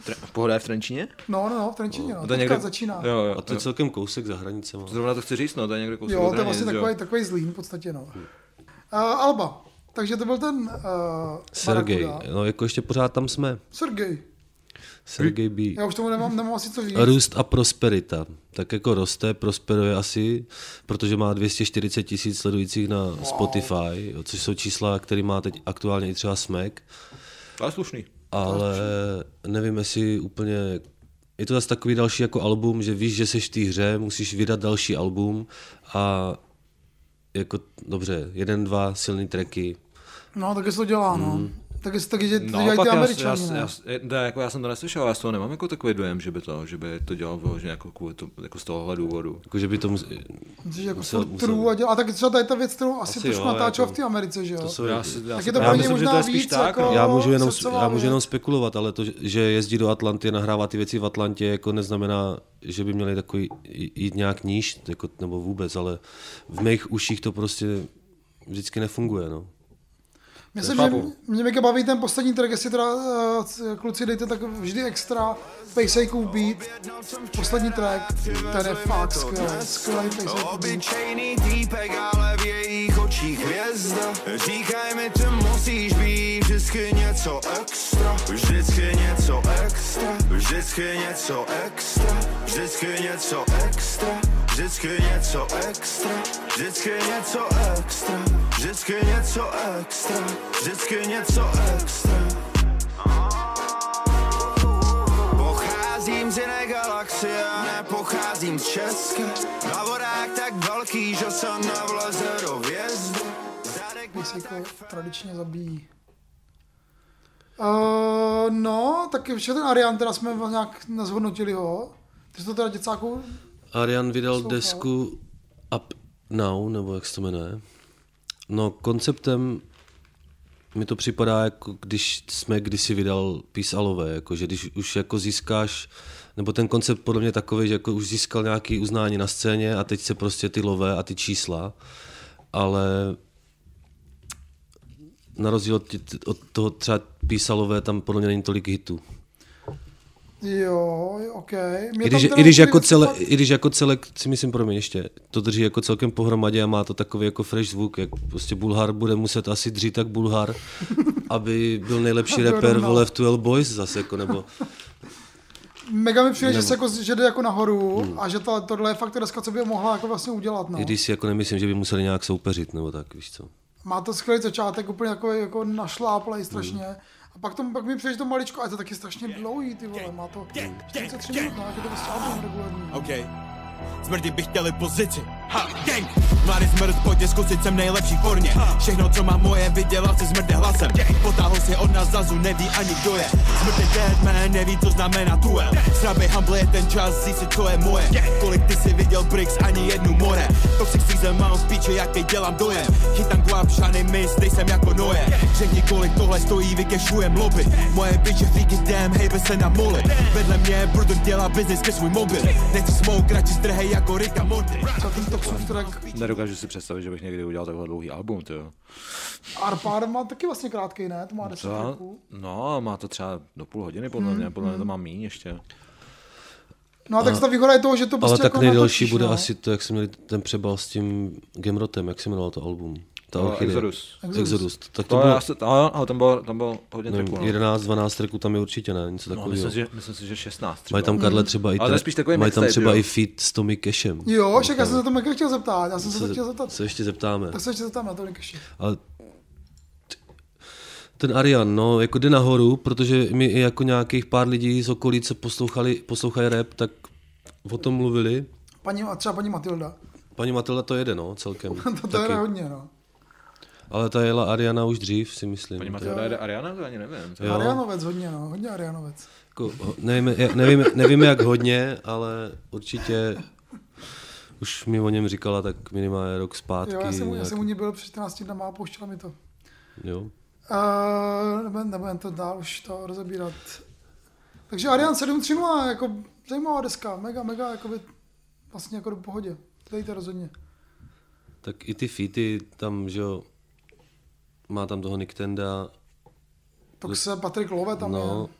Pohoda je v Trenčíně? No, v Trenčíně, no. To někde začíná. Jo. A to je celkem kousek za hranicema. Zrovna to chci říct, no, to je někde kousek. Jo, to je vlastně takový Zlín v podstatě, no. Alba. Takže to byl ten Sergej, no jako ještě pořád tam jsme. Sergej B. Já už tomu nemám asi co říct. Růst a prosperita. Tak jako roste, prosperuje asi, protože má 240 000 sledujících na Spotify, což jsou čísla, které má teď aktuálně i třeba Smek. Ale slušný. Ale nevím, jestli úplně... Je to zase takový další jako album, že víš, že seš v té hře, musíš vydat další album a jako dobře, 1, 2 silný tracky. No, taky se to dělá, no. Taky, že to dělají ty Američani, já jsem to neslyšel, já z toho nemám jako takový dojem, že by to dělal vyloženě jako z tohohle důvodu. Jako, že by to musel. A tak třeba tady ta věc, kterou asi trošku natáčela v té Americe, že jo? Tak je to pro něj možná víc, jako já můžu jenom spekulovat, ale to, že jezdí do Atlanty a nahrává ty věci v Atlantě, jako neznamená, že by měli takový jít nějak níž, jako, nebo vůbec, ale v mých uších to prostě vždycky nefunguje, no. Myslím, že mě mega baví ten poslední track, jestli teda kluci dejte tak vždy extra Paysejkův beat, poslední track, ten je fakt skvělý Paysejkův beat. Obyčejný týpek, ale v jejich očích hvězda. Říkaj mi, ty musíš být vždycky něco extra, vždycky něco extra, vždycky něco extra, vždycky něco extra, vždycky něco extra, vždycky něco extra, vždycky něco extra, vždycky něco extra. Pocházím z jiné galaxie a nepocházím z Česka. Na vodách tak velký, že se nevleze do hvězdy. Písejko tradičně zabíjí. No, tak ještě ten Arian, teda jsme nějak nezhodnotili ho. Ty jsi to teda děcáku... Arian vydal desku Up Now, nebo jak se to jmenuje. No, konceptem mi to připadá, jako když jsme kdysi vydal Peace Alové, jako, že když už jako získáš, nebo ten koncept podle mě takový, že jako už získal nějaké uznání na scéně a teď se prostě ty lové a ty čísla, ale na rozdíl od toho třeba Peace Alové tam podle mě není tolik hitů. Jo, ok. I když jako celek si myslím, pro mě ještě, to drží jako celkem pohromadě a má to takový jako fresh zvuk, jak prostě Bulhar bude muset asi dřít tak Bulhar, aby byl nejlepší rapper vole v 12 Boys zase, jako nebo... Mega mi přijde, že jde jako nahoru a že tohle je fakt deska, co by mohla jako vlastně udělat, no. I když si jako nemyslím, že by museli nějak soupeřit, nebo tak, víš co. Má to skvělý začátek, úplně jako našláplej strašně. A pak mi přijde to maličko, a je to taky strašně dlouhý, ty vole, má to 43 minut, jak je to prostě album regulární. Okay. Smrti by chtěli pozici. Ha, gang! Mladý smrt, pojďte zkusit, jsem nejlepší v formě. Všechno, co má moje, vydělal si smrde hlasem. Potáhl si od nás zazu, neví ani kdo je. Smrt je deadman, neví, co znamená duel. Srabej humble je ten čas, zjistit, co je moje. Kolik ty si viděl bricks, ani jednu more. Toxic season, mám spíče, jaký dělám dojem. Chytám guap, žádnej mis, jsem jako Noé. Řekni, kolik tohle stojí, vykešujem lobby. Moje bitche freaky damn, hejbe se na moli. Vedle mě Brudon dělá business ke svůj mobil. Nechci smoke, radši strhej jako Rick a Morty. Nedokážu si představit, že bych někdy udělal takhle dlouhý album, tyjo. Arpár má taky vlastně krátkej, ne? To má 10 tracků. No, má to třeba do půl hodiny, podle mě to má míň ještě. No a tak ta výhoda je toho, že to prostě ale tak jako nejdelší bude asi to, jak jsme měli ten přebal s tím Gemrotem, jak se jmenovalo to album. Exodus. Tak to bylo, ale tam bylo hodně tracků. 11-12 tracků tam je určitě, ne? Něco takového. Myslím si, že 16 třeba. Mají tam Karle třeba mají tam třeba i feat s Tommy Cashem. Jo, však já jsem se to Mika chtěl zeptat. Se ještě zeptáme. Tak se ještě zeptáme na Tommy Cashi. Ale ten Arian, no, jako jde nahoru, protože my i jako nějakých pár lidí z okolí, co poslouchají rap, tak o tom mluvili. Třeba paní Matilda. Paní Matilda to jede, no, celkem. to jede hodně, no. Ale ta jela Ariana už dřív, si myslím. Paní Matilda jede Ariana? To ani nevím. Arianovec hodně, no, hodně Arianovec. Jako, nevím jak hodně, ale určitě už mi o něm říkala tak minimálně rok zpátky. Jo, já jsem u ní byl před 14 dnama a pouštěla mi to. Jo. Nebudem to dál už to rozebírat. Takže Arian 730, jako zajímavá deska, mega, jakoby vlastně jako do pohodě. Dejte rozhodně. Tak i ty featy tam, že jo, má tam toho Nick Tenda. Tak se Patrik Love tam no,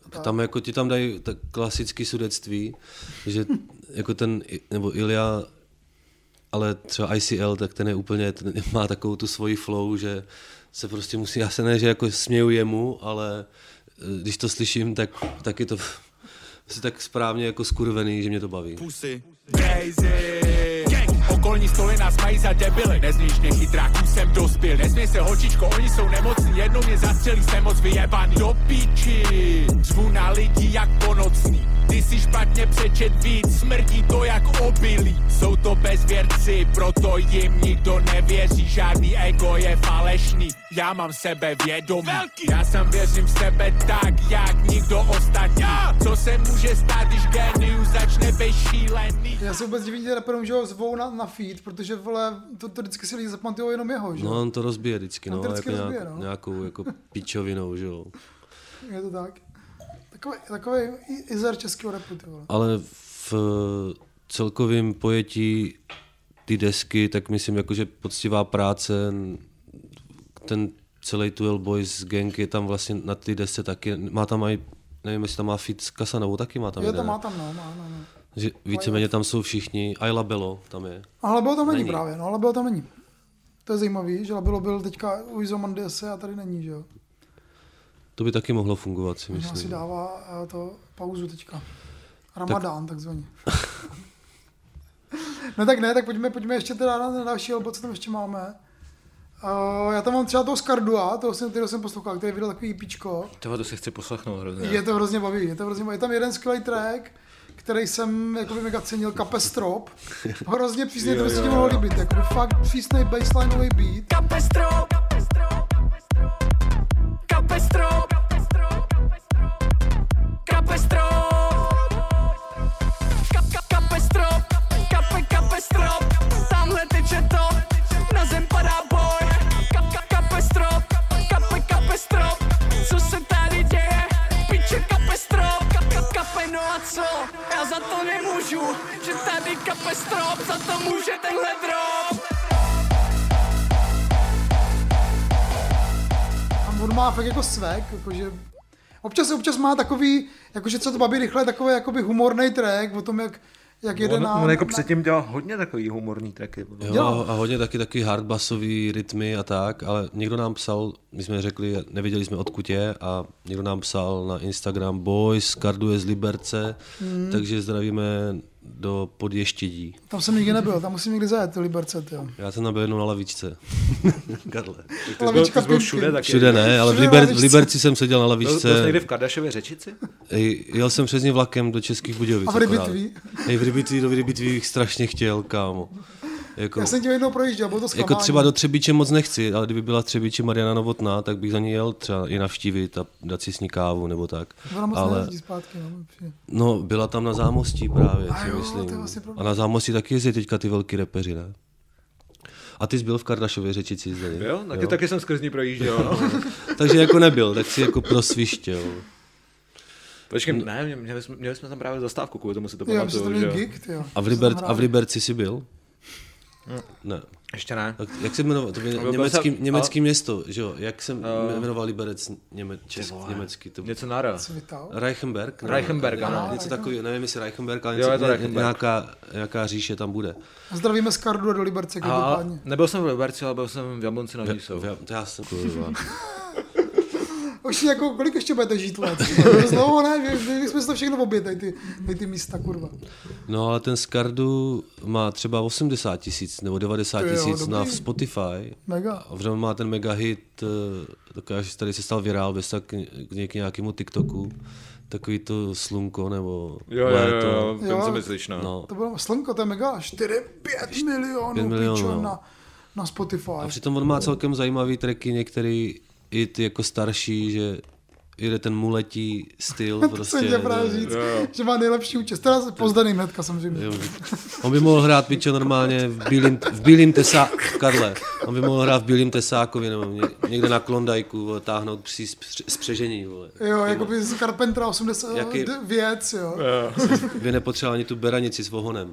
tam jako ti tam dají tak klasický sudectví, že jako ten, nebo Ilja, ale třeba ICL, tak ten je úplně, ten má takovou tu svoji flow, že se prostě musí, já se ne, že jako směju jemu, ale když to slyším, tak je to tak správně jako skurvený, že mě to baví. Pusy. Crazy. Okolní stoly nás mají za debily. Nezníš mě chytráků, jsem dospěl. Nesměj se holčičko, oni jsou nemocní. Jednou mě zastřelí, jsem moc vyjebaný. Do píči, řvu na lidi jak po nocní. Ty si špatně přečet víc, smrdí to jak obilí. Jsou to bezvěrci, proto jim nikdo nevěří. Žádný ego je falešný, já mám sebevědomí. Já sám věřím v sebe tak, jak nikdo ostatní. Co se může stát, když genius začne být šílený? Já se vůbec divím, že raperům, že ho zvou na feed, protože vole, to vždycky si lidi zapamatujou jenom jeho, že? No on to rozbije vždycky, no, jako nějakou jako pičovinou, že jo. Je to tak. Takový izer českého rapu, ty vole. Ale v celkovém pojetí ty desky, tak myslím, jakože poctivá práce, ten celý 12 Boys gang je tam vlastně na ty desce taky, má tam aj, nevím, jestli tam má feat s Kasanovou, taky má tam jeden. jeden. Má tam, no. Že víceméně tam jsou všichni, a i Labelo tam je. A Labelo tam není právě, no, Labelo tam není. To je zajímavý, že Labelo byl teďka u Izomandiase a tady není, že jo. To by taky mohlo fungovat, si myslím. Možná si dává to pauzu teďka. Ramadán, takzvaně. No tak ne, tak pojďme ještě teda na další album, co tam ještě máme. Já tam mám třeba toho Skardua, kterého jsem poslouchal, který vydal takový EPčko. To si chci poslechnout hrozně. Je to hrozně baví, je tam jeden skvělý track, který jsem jakoby mega cenil, Kapestrop. Hrozně přísný, to by se ti mohlo líbit, jakoby fakt přísný basslineový beat. Kapestrop, Kapestrop, Kapestrop, tamhle teče to, na zem padá boj. Kapestrop, Kapestrop, co se tady děje? Piče Kapestrop, Kape, no a co? Já za to nemůžu, že tady Kapestrop, za to může tenhle drop. On má fakt jako svek, jakože občas má takový, jakože co to baví rychle, takový jakoby humorný track o tom, jak jede na... On jako předtím dělal hodně takový humorný tracky. Jo, a hodně taky hardbassový rytmy a tak, ale někdo nám psal, my jsme řekli, nevěděli jsme odkud je, a někdo nám psal na Instagram Boys, Skarduje z Liberce, takže zdravíme do Podještědí. Tam jsem nikdy nebyl, tam musím někdy zajet, ty Liberce, tyjo. Já jsem nabyl jednou na lavičce. Karle. Lavička byl všude taky. Všude ne, ale v Liberci jsem seděl na lavičce. Byl jsi někdy v Kardašově Řečici? Jel jsem přes ně vlakem do Českých Budějovic. A v Rybitví? Do Rybitví bych strašně chtěl, kámo. Jako, já jsem tě jednou projížděl, bylo to zklamání. Jako třeba do Třebíče moc nechci, ale kdyby byla v Třebíči Mariana Novotná, tak bych za ní jel třeba i navštívit a dát si s ní kávu nebo tak. Ona moc nejezdí zpátky, no, byla tam na Zámostí právě, si myslím. Vlastně a na Zámostí taky jezdí teďka ty velký repeři, ne? A ty jsi byl v Kardašově Řečici zde, jo? Taky jsem skrz ní projížděl. No. Takže jako nebyl, tak si jako prosvištěl. Počkej, ne, měli jsme tam právě zastávku, kvůli tomu si to pamatuju. A v Liberci jsi byl? Ne. Ještě ne. Tak jak se jmenoval? To bylo německý město, že jo? Jak se jmenoval Liberec německý? To něco nára. Reichenberg, ano. Něco takového, nevím jestli Reichenberg, ale nějaká říše tam bude. Zdravíme z Kardu do Liberce, každopádně. Nebyl jsem v Liberci, ale byl jsem v Jablonci nad Nisou. Já jsem kurva. Už jako, kolik ještě budete žít let? Znovu ne, my jsme si to všechno obět, ty místa, kurva. No ale ten Skardu má třeba 80 000 nebo 90 000 na Spotify. Mega. A v má ten mega hit, až tady se stal virál, bez tak k nějakému TikToku. Takový to Slunko nebo Léto. Jo, ten co myslíš, no. To bylo Slunko, to je mega, 4-5 milionů na Spotify. A přitom on má celkem zajímavý tracky, některý i ty jako starší, že jde ten muletí styl. To prostě. jsem tě právě říct, že má nejlepší účest. Teda pozdaný hnedka samozřejmě. On by mohl hrát pičo normálně v bílým tesáku, Karle, on by mohl hrát v bílým tesákovi nebo někde na Klondajku, táhnout při spřežení. Vole. Jo, jako by z Carpentera 80 věc, jo. By nepotřeboval ani tu beranici s vohonem.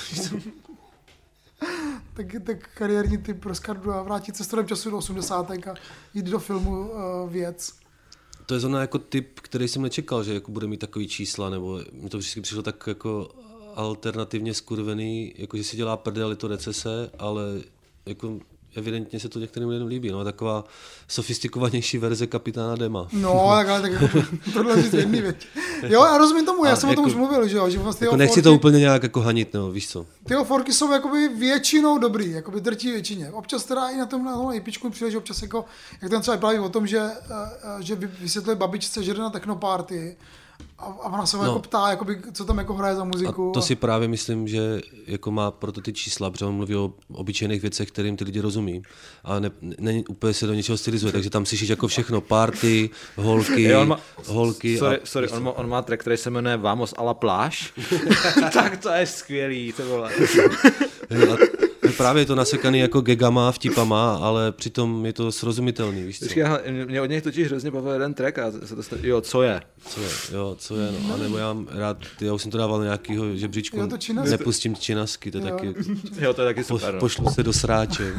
Tak kariérní typ pro Skardu a vrátit se strodem času do 80. a jít do filmu Věc. To je zrovna jako typ, který jsem nečekal, že jako bude mít takový čísla, nebo mi to vždycky přišlo tak jako alternativně skurvený, jako že si dělá prdel, je to recese, ale jako evidentně se to některým lidem líbí, no, taková sofistikovanější verze Kapitána Dema. No, tak jako tohle říct jedný věc. Jo, já rozumím tomu, já jsem o tom už mluvil, že jo. Že vlastně jako nechci forky, to úplně nějak jako hanit, no, víš co. Tyho forky jsou jakoby většinou dobrý, jakoby drtí většině. Občas teda i na tom EPčku přijde, že občas jako, jak ten třeba praví o tom, že vysvětluje babičce, že jde na technoparty, a ona se jako ptá, jakoby, co tam jako hraje za muziku. A to si právě myslím, že jako má proto ty čísla, protože on mluví o obyčejných věcech, kterým ty lidi rozumí. A ne úplně se do něčeho stylizuje, takže tam slyšíš jako všechno, party, holky. Sorry, on má track, který se jmenuje Vamos a la pláž. Tak to je skvělý, to vole. Právě je to nasekaný jako gegama, vtipama, ale přitom je to srozumitelný, víš co? Mě od něj totiž hrozně bavil jeden track a se to co je, no. A nebo já mám rád, já už jsem to dával nějakýho žebříčku, nepustím činasky, to je taky, jo, to je taky super. Pošlu se do sráče.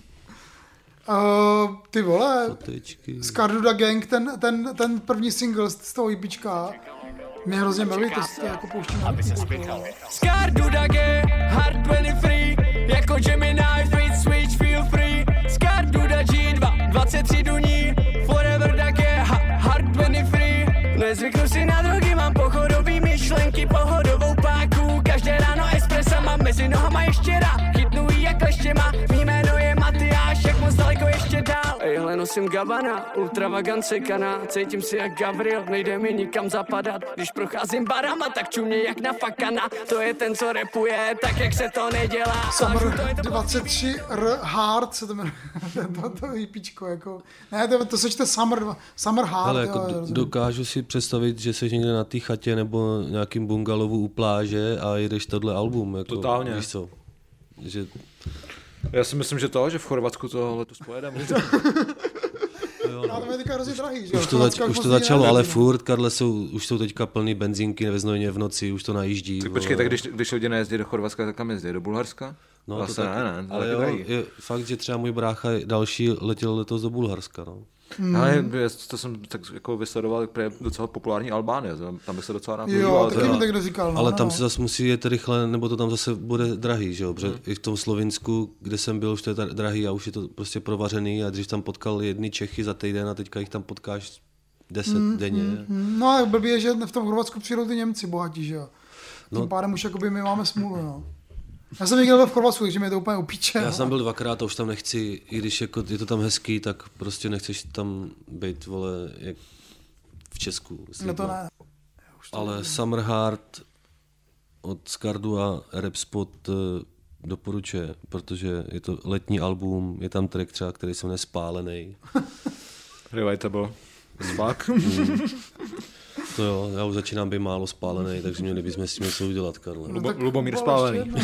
Ty vole, Skarduda Gang, ten první single z toho EPčka, mě hrozně baví, to jako pouštím. Skarduda Gang, hard 23, jako Gemini, switch, feel free. Skarduda G2, 23 duní, forever také, hard 23. Nezvyknu si na drogy, mám pochodový myšlenky, pohodovou páku. Každé ráno espressa mám mezi nohama ještě rád. Chytnu jí jak kleštěma, mý jméno je Matyáš, jak moc daleko ještě dál. Ejhle, nosím Gabbana, ultravagance kana, cítím si jak Gabriel, nejde mi nikam zapadat. Když procházím barama, tak čumě jak na fakana. To je ten, co rapuje, tak jak se to nedělá. Summer 23 R Hard se to jmenuje, to EPčko, jako. Ne, to sečte Summer Hard. Ale jako dokážu si představit, že jsi někde na té chatě nebo nějakým bungalovu u pláže a jedeš tohle album. Jako, totálně. Víš co? Že... Já si myslím, že v Chorvatsku to letos pojedeme. Já to je teďka hrozně drahý, že? Už to začalo, ale furt, Karle, už jsou teďka plný benzínky ve Znojmě v noci, už to najíždí. Tak počkej, tak když lidi nejezdí do Chorvatska, tak kam jezdí? Do Bulharska? No, vlastně ne, ale jo, je fakt, že třeba můj brácha další letěl letos do Bulharska, no. Ale to jsem tak jako vysledoval docela populární Albánie, tam bych se docela rád podíval. Jo, taky mi tak říkal. Ale tam se zase musí jet rychle, nebo to tam zase bude drahý, že jo, protože i v tom Slovinsku, kde jsem byl, už to je drahý a už je to prostě provařený a když tam potkal jedny Čechy za týden a teďka jich tam potkáš 10 denně. No a blbý je, že v tom Chorvatsku přijdou ty Němci bohatí, že jo. Tím pádem už jakoby my máme smůlu, no. Já jsem někdy byl v Chorvatsku, takže mě to úplně upíče. Já jsem byl 2krát a už tam nechci, i když jako je to tam hezký, tak prostě nechceš tam být, vole, jak v Česku. No to ne. Ale Summer Heart od Skardu a Rap Spot doporučuje, protože je to letní album, je tam track třeba, který se jmenuje Spálenej. Relatable. Fuck. To jo, já už začínám být málo spálený, takže měli bychom s tím něco udělat, Karle. Lubomír Spálený.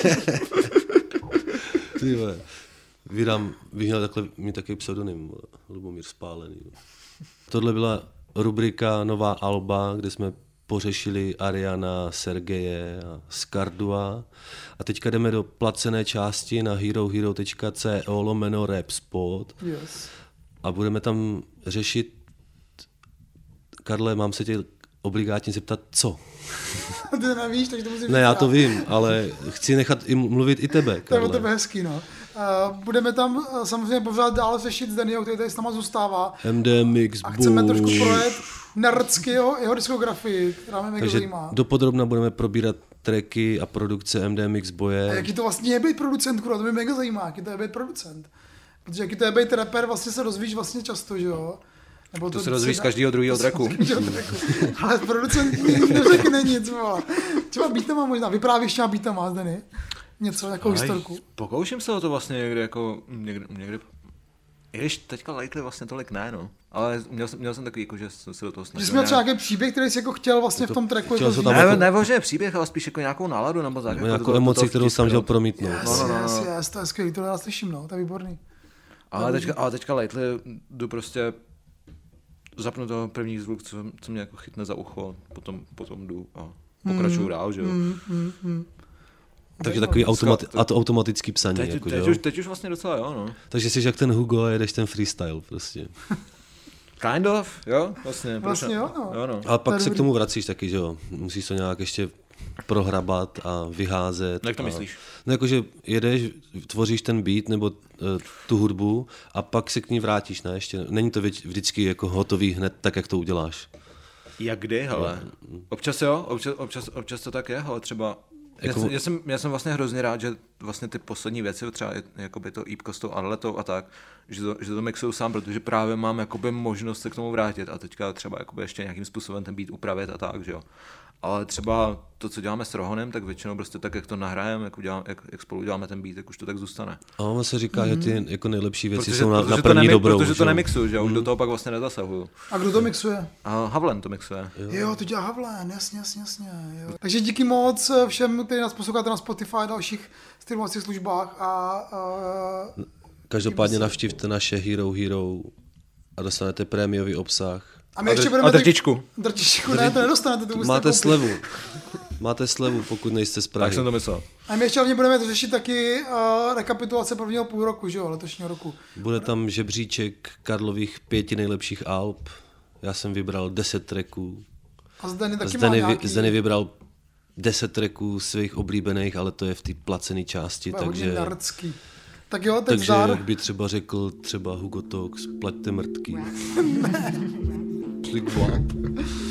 Ty vole, bych měl takhle, mít takový pseudonym, Lubomír Spálený. Tohle byla rubrika Nová alba, kde jsme pořešili Ariana, Sergeje a Skardua. A teďka jdeme do placené části na herohero.co/rapspot. Yes. A budeme tam řešit, Karle, mám se tě obligátně zeptat, co? Ty nevíš, takže to musím říct. Ne, já to vím, ale chci nechat mluvit i tebe, Karle. To je o tebe hezký, no. Budeme tam samozřejmě pořád dál řešit s Daniel, který tady s náma zůstává. MDMX, a chceme trošku projet nerdsky jeho diskografii, která mě mega zajímá. Takže dopodrobna budeme probírat tracky a produkce MDMX boje. A jaký to vlastně je být producent, kurva, to mě mega zajímá, jaký to je být producent. Protože jaký to je být rapper, vlastně se dozvíš vlastně často, že jo. Nebo to se dozvíš z každého druhého tracku. Ale producent neřekne nic, vole. Třeba beatama možná, vyprávíš těma beatama, Zdeny? Něco, jako historku. Pokouším se o to vlastně někde jako, někde. I když teďka lately vlastně tolik ne, no. Ale měl jsem takový, jako, že jsem se do toho snažil. Že jsi měl třeba nějaký příběh, který jsi jako chtěl vlastně v tom tracku. Ne, že příběh, ale spíš jako nějakou náladu nebo tak. Jako emoci, kterou jsem chtěl promítnout. Yes, to je skvělý, to já slyším, no, to je výborný. Ale teďka lately jdu prostě zapnu to první zvuk, co mě jako chytne za ucho, potom jdu a pokračuju dál, že jo. Takže takový automatický psaní. Teď už vlastně docela jo, no. Takže jsi jak ten Hugo a jedeš ten freestyle prostě. Kind of, jo, vlastně. Vlastně jo, no. Jo, no. Ale pak se k tomu vracíš taky, že jo. Musíš to nějak ještě prohrabat a vyházet. Jak to myslíš? No jakože jedeš, tvoříš ten beat nebo tu hudbu a pak se k ní vrátíš, ne? Ještě není to vždycky jako hotový hned tak, jak to uděláš. Jak kdy, hele. Občas jo, občas to tak je, hele, třeba jako... já jsem vlastně hrozně rád, že vlastně ty poslední věci, třeba jakoby to EPko s tou Arletou a tak, že to mixuju sám, protože právě mám jakoby možnost se k tomu vrátit a teďka třeba jakoby ještě nějakým způsobem ten beat upravit a tak, že jo. Ale třeba to, co děláme s Rohonem, tak většinou prostě tak, jak to nahrajeme, jak spolu děláme ten beat, tak už to tak zůstane. A on se říká, že ty jako nejlepší věci jsou na první dobrou. Protože to nemixuju, že jo, už do toho pak vlastně nezasahuju. A kdo to mixuje? Havlen to mixuje. Jo, to dělá Havlen, jasně. Jo. Takže díky moc všem, kteří nás posloucháte na Spotify a dalších streamovacích službách každopádně navštivte naše Hero a dostanete prémiový obsah. A my ještě budeme drtičku. Drtičku, ne, to nedostanete. To máte slevu. Máte slevu, pokud nejste z Prahy. Tak jsem to myslel. A my ještě hlavně budeme řešit taky rekapitulace prvního půl roku, že jo, letošního roku. Bude tam žebříček Karlových 5 nejlepších alb. Já jsem vybral 10 tracků. A Zdeny taky má nějaký... Zdeny vybral 10 tracků svých oblíbených, ale to je v té placené části, takže... Tak jo, takže jak by třeba řekl Hugo Talks, plaťte mrtky. Ne.